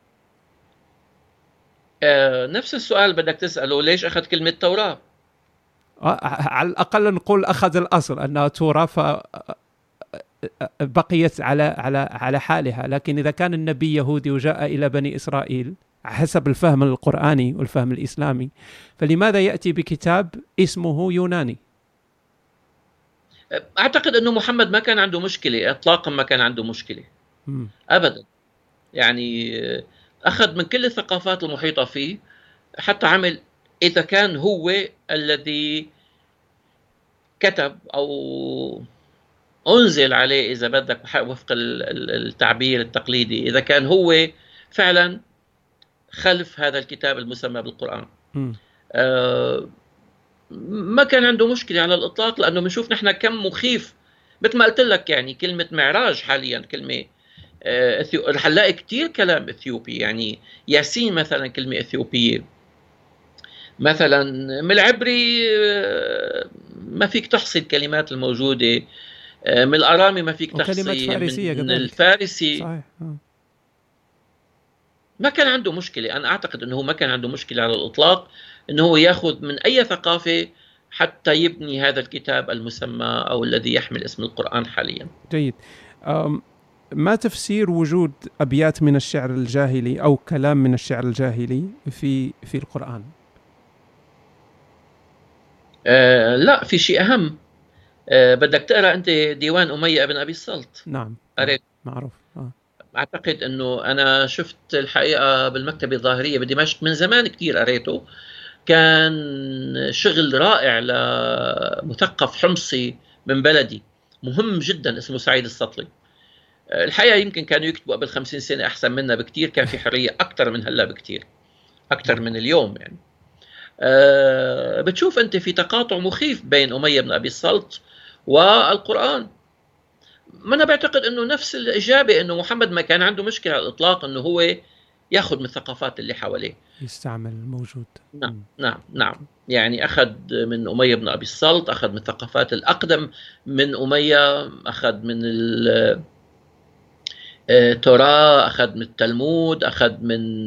آه، نفس السؤال بدك تسأله، ليش أخذ كلمة توراة؟ آه، على الأقل نقول أخذ الأصل أنها توراة فبقيت على على على حالها. لكن إذا كان النبي يهودي وجاء إلى بني إسرائيل حسب الفهم القرآني والفهم الإسلامي، فلماذا يأتي بكتاب اسمه يوناني؟ أعتقد أنه محمد ما كان عنده مشكلة إطلاقا، ما كان عنده مشكلة م. أبدا. يعني آه، أخذ من كل الثقافات المحيطة فيه، حتى عمل إذا كان هو الذي كتب أو أنزل عليه إذا بدك وفق التعبير التقليدي، إذا كان هو فعلا خلف هذا الكتاب المسمى بالقرآن. آه ما كان عنده مشكلة على الإطلاق، لأنه بنشوف نحن كم مخيف. مثل ما قلت لك، يعني كلمة معراج حاليا كلمة آه رح نلاقي كثير كلام إثيوبي. يعني ياسين مثلا كلمة إثيوبية، مثلا من العبري آه ما فيك تحصي الكلمات الموجودة، آه من الأرامي ما فيك تحصي، فارسية من كذلك. الفارسي صحيح. ما كان عنده مشكلة. أنا أعتقد أنه ما كان عنده مشكلة على الإطلاق أنه هو يأخذ من أي ثقافة حتى يبني هذا الكتاب المسمى أو الذي يحمل اسم القرآن حاليا. جيد. ما تفسير وجود أبيات من الشعر الجاهلي أو كلام من الشعر الجاهلي في في القرآن؟ آه لا، في شيء أهم. آه بدك تقرأ أنت ديوان أمية بن أبي السلط؟ نعم قريت؟ معروف. آه. أعتقد أنه أنا شفت الحقيقة بالمكتبة الظاهرية بدمشق من زمان كتير قريته. كان شغل رائع لمثقف حمصي من بلدي مهم جدا اسمه سعيد السطلي. الحقيقة يمكن كانوا يكتبوا قبل خمسين سنة أحسن منا بكتير، كان في حرية أكتر من هلا بكتير، أكتر من اليوم. يعني أه بتشوف أنت في تقاطع مخيف بين أمية بن أبي السلط والقرآن. ما أنا بعتقد أنه نفس الإجابة، أنه محمد ما كان عنده مشكلة على الإطلاق أنه هو يأخذ من الثقافات اللي حواليه، يستعمل الموجود. نعم نعم نعم. يعني أخذ من أمية بن أبي السلط، أخذ من الثقافات الأقدم من أمية، أخذ من التوراة، أخذ من التلمود، أخذ من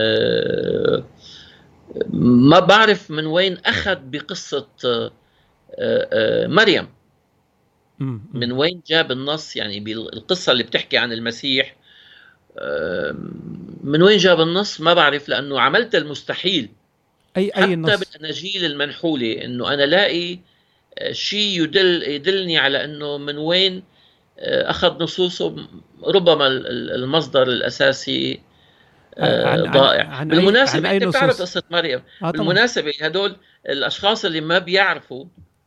ما بعرف من وين أخذ بقصة مريم، من وين جاب النص. يعني بالقصة اللي بتحكي عن المسيح من وين جاب النص ما بعرف، لأنه عملت المستحيل. أي أي نص؟ حتى بالأناجيل المنحولة إنه أنا لاقي شيء يدل يدلني على إنه من وين أخذ نصوصه. ربما المصدر الأساسي عن ضائع. عن بالمناسبة أي أنت نصوص؟ بتعرف قصة مريم. آه بالمناسبة هدول الأشخاص اللي ما بيعرفوا،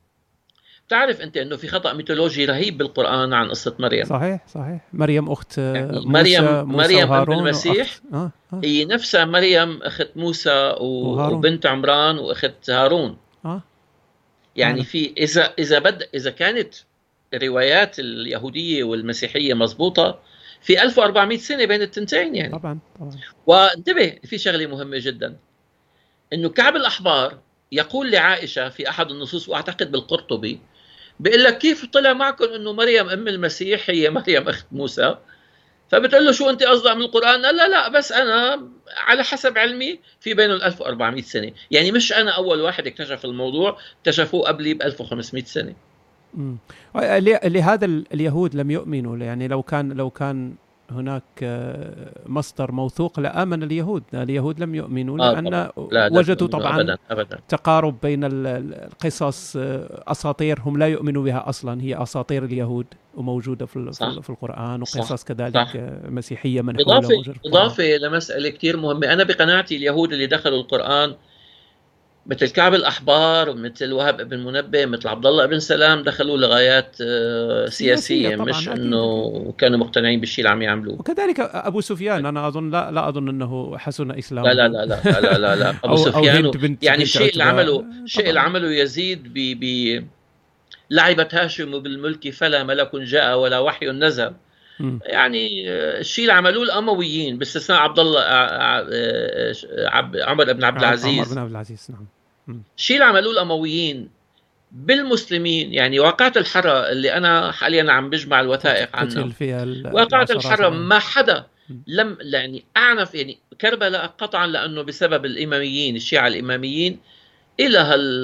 بتعرف أنت أنه في خطأ ميثولوجي رهيب بالقرآن عن قصة مريم. صحيح صحيح. مريم أخت يعني موسى، مريم موسى مريم أم المسيح. آه آه. هي نفسها مريم أخت موسى وهارون. وبنت عمران وأخت هارون. آه. يعني في إذا إذا بد إذا كانت الروايات اليهودية والمسيحية مضبوطة، في ألف وأربعمئة سنة بين التنتين يعني. طبعا طبعا. وانتبه في شغلة مهمة جدا، إنه كعب الأحبار يقول لعائشة في أحد النصوص، وأعتقد بالقرطبي، بيقول لك كيف طلع معكم إنه مريم أم المسيح هي مريم أخت موسى؟ فبتقول له شو أنت قصدك من القرآن؟ لا لا لا بس أنا على حسب علمي في بينهم ألف وأربعمئة سنة، يعني مش أنا أول واحد اكتشف الموضوع، اكتشفوه قبلي ب ألف وخمسمئة سنة. امم لهذا اليهود لم يؤمنوا، يعني لو كان لو كان هناك مصدر موثوق لآمن اليهود. اليهود لم يؤمنوا لأن آه وجدوا طبعا أبداً أبداً. تقارب بين القصص، أساطير هم لا يؤمنوا بها أصلا، هي أساطير اليهود وموجودة في, صح. في القرآن، وقصص صح. كذلك صح. مسيحية منحولة. إضافة, إضافة لمسألة كتير مهمة، أنا بقناعتي اليهود اللي دخلوا القرآن مثل كعب الأحبار ومثل وهب بن منبه مثل عبد الله بن سلام دخلوا لغايات سياسية، مش إنه كانوا مقتنعين بالشيء اللي عم يعملوه. وكذلك أبو سفيان أنا أظن لا لا أظن أنه حسن إسلامه. لا لا لا لا لا لا, لا. أبو سفيان يعني الشيء اللي عمله الشيء اللي عمله يزيد ب ب لعبت هاشم بالملك فلا ملك جاء ولا وحي نزل. م. يعني الشيء اللي عملوه الأمويين باستثناء عبد الله عمر بن عبد العزيز عمر بن عبد العزيز نعم. الشيء اللي عملوه الأمويين بالمسلمين، يعني واقعة الحرة اللي أنا حاليا عم بجمع الوثائق عنها، واقعة الحرة ما حدا لم يعني أعنف، يعني كربلاء قطعا لأنه بسبب الإماميين الشيعة الإماميين إلى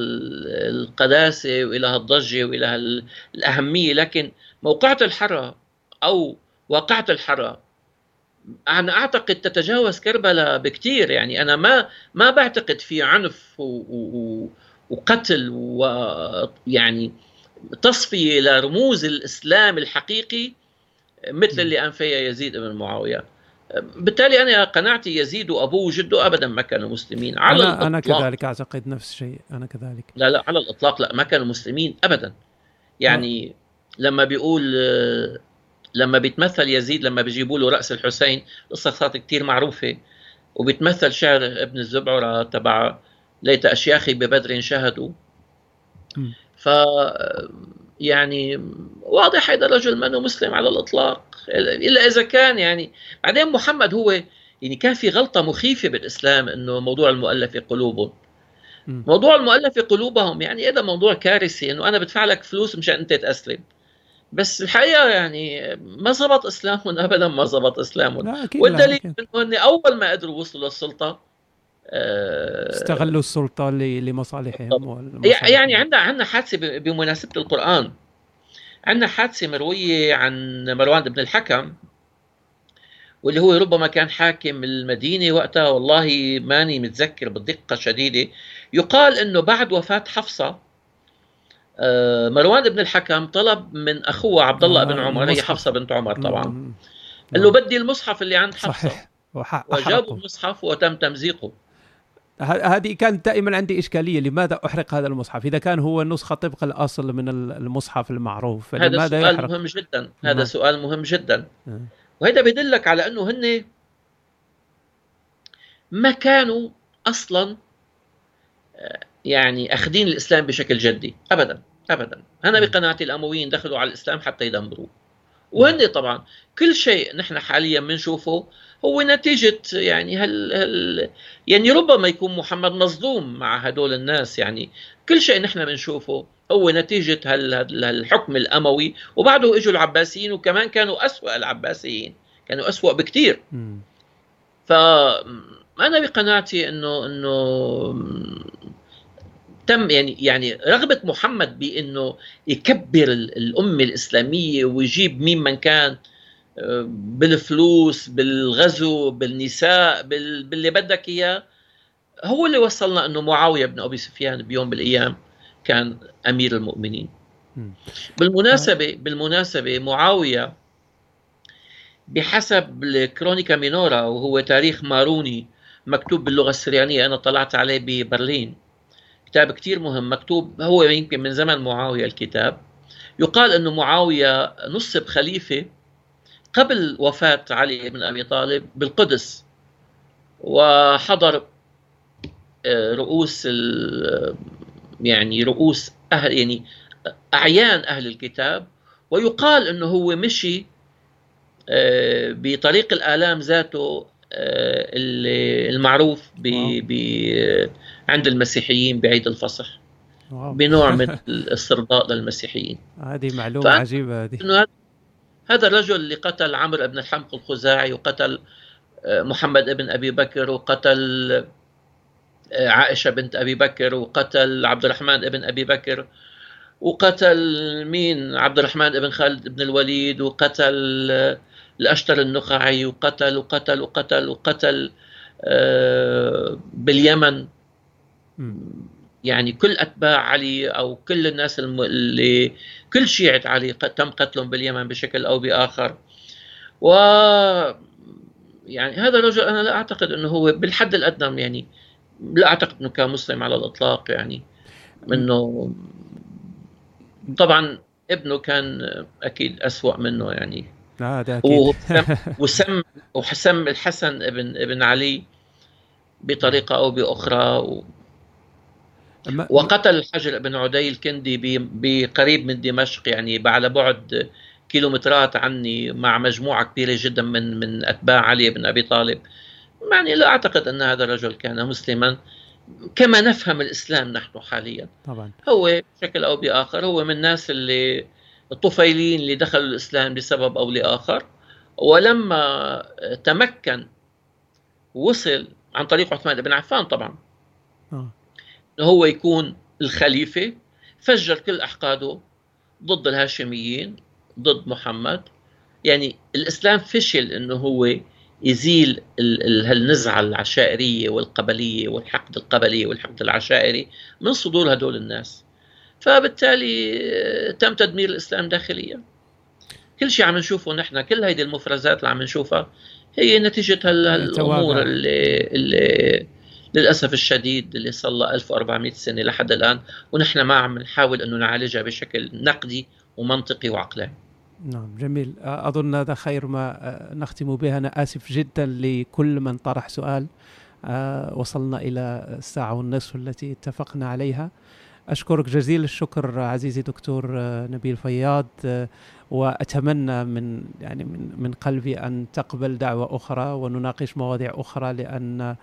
هالقداسة وإلى هالضجة وإلى هالأهمية، لكن موقعة الحرة أو واقعة الحرة أنا أعتقد تتجاوز كربلاء بكتير. يعني أنا ما ما بعتقد في عنف و و وقتل ويعني تصفية لرموز الإسلام الحقيقي مثل اللي قام فيها يزيد بن معاوية. بالتالي أنا قناعتي يزيد وأبوه وجده أبدا ما كانوا مسلمين على أنا الإطلاق. أنا كذلك أعتقد نفس الشيء، أنا كذلك. لا لا على الإطلاق لا، ما كانوا مسلمين أبدا. يعني أه. لما بيقول لما بيتمثل يزيد لما بيجيبوا له رأس الحسين، قصة صارت كتير معروفة، وبيتمثل شعر ابن الزبعرة تبع ليت أشياخي ببدر شهدوا. م. ف يعني واضح هذا الرجل ما مسلم على الإطلاق، إلا إذا كان يعني بعدين محمد هو يعني كان في غلطة مخيفة بالإسلام، إنه موضوع المؤلف قلوبهم. م. موضوع المؤلف قلوبهم يعني هذا موضوع كارثي، إنه أنا بدفع لك فلوس مشان أنت تأسلم، بس الحقيقة يعني ما زبط إسلامهم أبدا، ما زبط إسلامهم. والدليل إنه أول ما قدروا وصلوا للسلطة استغلوا السلطة لمصالحهم. يعني عندنا عندنا حادثة بمناسبة القرآن، عندنا حادثة مروية عن مروان بن الحكم، واللي هو ربما كان حاكم المدينة وقتها، والله ماني متذكر بالدقة شديدة. يقال إنه بعد وفاة حفصة مروان بن الحكم طلب من أخوه عبد الله بن عمر، هي حفصة بنت عمر طبعا، قال له بدي المصحف اللي عند حفصة. صحيح. وجابوا المصحف وتم تمزيقه. هذه كانت دائما عندي إشكالية، لماذا أحرق هذا المصحف إذا كان هو نسخة طبق الأصل من المصحف المعروف؟ هذا سؤال يحرق؟ مهم جدا، هذا ما. سؤال مهم جدا. وهذا بيدلك على أنه هن ما كانوا أصلا يعني أخذين الإسلام بشكل جدي أبدا أبدا. أنا بقناعتي الأمويين دخلوا على الإسلام حتى يدمروه، وهن طبعا كل شيء نحن حاليا بنشوفه هو نتيجة يعني هل, هل يعني ربما يكون محمد مظلوم مع هدول الناس، يعني كل شيء نحن بنشوفه هو نتيجة هالحكم الأموي، وبعده اجوا العباسيين وكمان كانوا أسوأ، العباسيين كانوا أسوأ بكتير. فأنا بقناعتي إنه إنه تم يعني يعني رغبة محمد بأنه يكبر الأمة الإسلامية ويجيب مين من كان بالفلوس، بالغزو، بالنساء، بال... باللي بدك إياه. هو اللي وصلنا أنه معاوية بن أبي سفيان بيوم بالأيام كان أمير المؤمنين. بالمناسبة بالمناسبة معاوية بحسب الكرونيكا مينورا، وهو تاريخ ماروني مكتوب باللغة السريانية، أنا طلعت عليه ببرلين، كتاب كتير مهم مكتوب، هو يمكن من زمن معاوية الكتاب. يقال أنه معاوية نصب خليفة قبل وفاة علي بن أبي طالب بالقدس، وحضر رؤوس يعني رؤوس أهل يعني أعيان أهل الكتاب، ويقال أنه هو مشي بطريق الآلام ذاته المعروف ب ب عند المسيحيين بعيد الفصح، بنوع من الصرباء للمسيحيين. هذه معلومة عجيبة هذه. إنه هذا الرجل اللي قتل عمرو بن الحمق الخزاعي، وقتل محمد ابن أبي بكر، وقتل عائشة بنت أبي بكر، وقتل عبد الرحمن ابن أبي بكر، وقتل مين عبد الرحمن ابن خالد ابن الوليد، وقتل الأشتر النخعي، وقتل وقتل وقتل وقتل باليمن. يعني كل أتباع علي أو كل الناس اللي كل شيعة علي تم قتلهم باليمن بشكل أو بآخر. و يعني هذا الرجل أنا لا أعتقد أنه هو بالحد الأدنى، يعني لا أعتقد أنه كان مسلم على الإطلاق. يعني منه طبعا ابنه كان أكيد أسوأ منه يعني. آه ده أكيد. وسم وسم الحسن ابن ابن علي بطريقة أو بأخرى، و وقتل الحجر بن عدي الكندي بقريب من دمشق، يعني على بعد كيلومترات عني، مع مجموعة كبيرة جدا من من أتباع علي بن أبي طالب. يعني لا أعتقد أن هذا الرجل كان مسلما كما نفهم الإسلام نحن حاليا. طبعا هو بشكل أو بآخر هو من الناس اللي الطفيلين اللي دخلوا الإسلام لسبب أو لآخر، ولما تمكن وصل عن طريق عثمان بن عفان طبعا آه. هو يكون الخليفة، فجر كل أحقاده ضد الهاشميين، ضد محمد. يعني الإسلام فشل أنه هو يزيل النزعة العشائرية والقبلية والحقد القبلي والحقد العشائري من صدور هدول الناس، فبالتالي تم تدمير الإسلام داخليا. كل شيء عم نشوفه نحن، كل هيدي المفرزات اللي عم نشوفها هي نتيجة هالأمور اللي, اللي للأسف الشديد اللي صار لها ألف وأربعمائة سنة لحد الآن، ونحن ما عم نحاول أنه نعالجها بشكل نقدي ومنطقي وعقلاني. نعم جميل. أظن هذا خير ما نختم به. أنا آسف جدا لكل من طرح سؤال. وصلنا إلى الساعة والنصف التي اتفقنا عليها. أشكرك جزيل الشكر عزيزي دكتور نبيل فياض، وأتمنى من يعني من من قلبي أن تقبل دعوة أخرى ونناقش مواضيع أخرى، لأن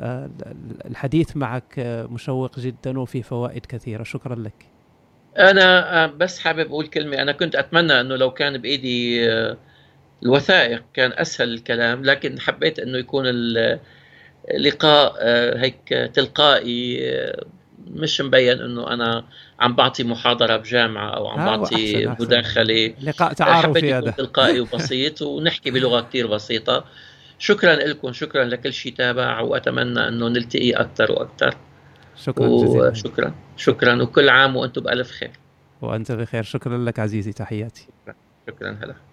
الحديث معك مشوق جدا وفيه فوائد كثيرة. شكرا لك. أنا بس حابب أقول كلمة. أنا كنت أتمنى أنه لو كان بإيدي الوثائق كان أسهل الكلام، لكن حبيت أنه يكون اللقاء هيك تلقائي، مش مبين أنه أنا عم بعطي محاضرة بجامعة أو عم بعطي مداخلة. لقاء تعارفي هذا تلقائي وبسيط ونحكي بلغة كتير بسيطة. شكرا لكم، شكرا لكل شيء تابع، وأتمنى أنه نلتقي أكثر وأكثر. شكرا جزيلا. شكرا شكرا وكل عام وأنتم بألف خير. وأنت بخير. شكرا لك عزيزي، تحياتي. شكرا, شكرا هلا.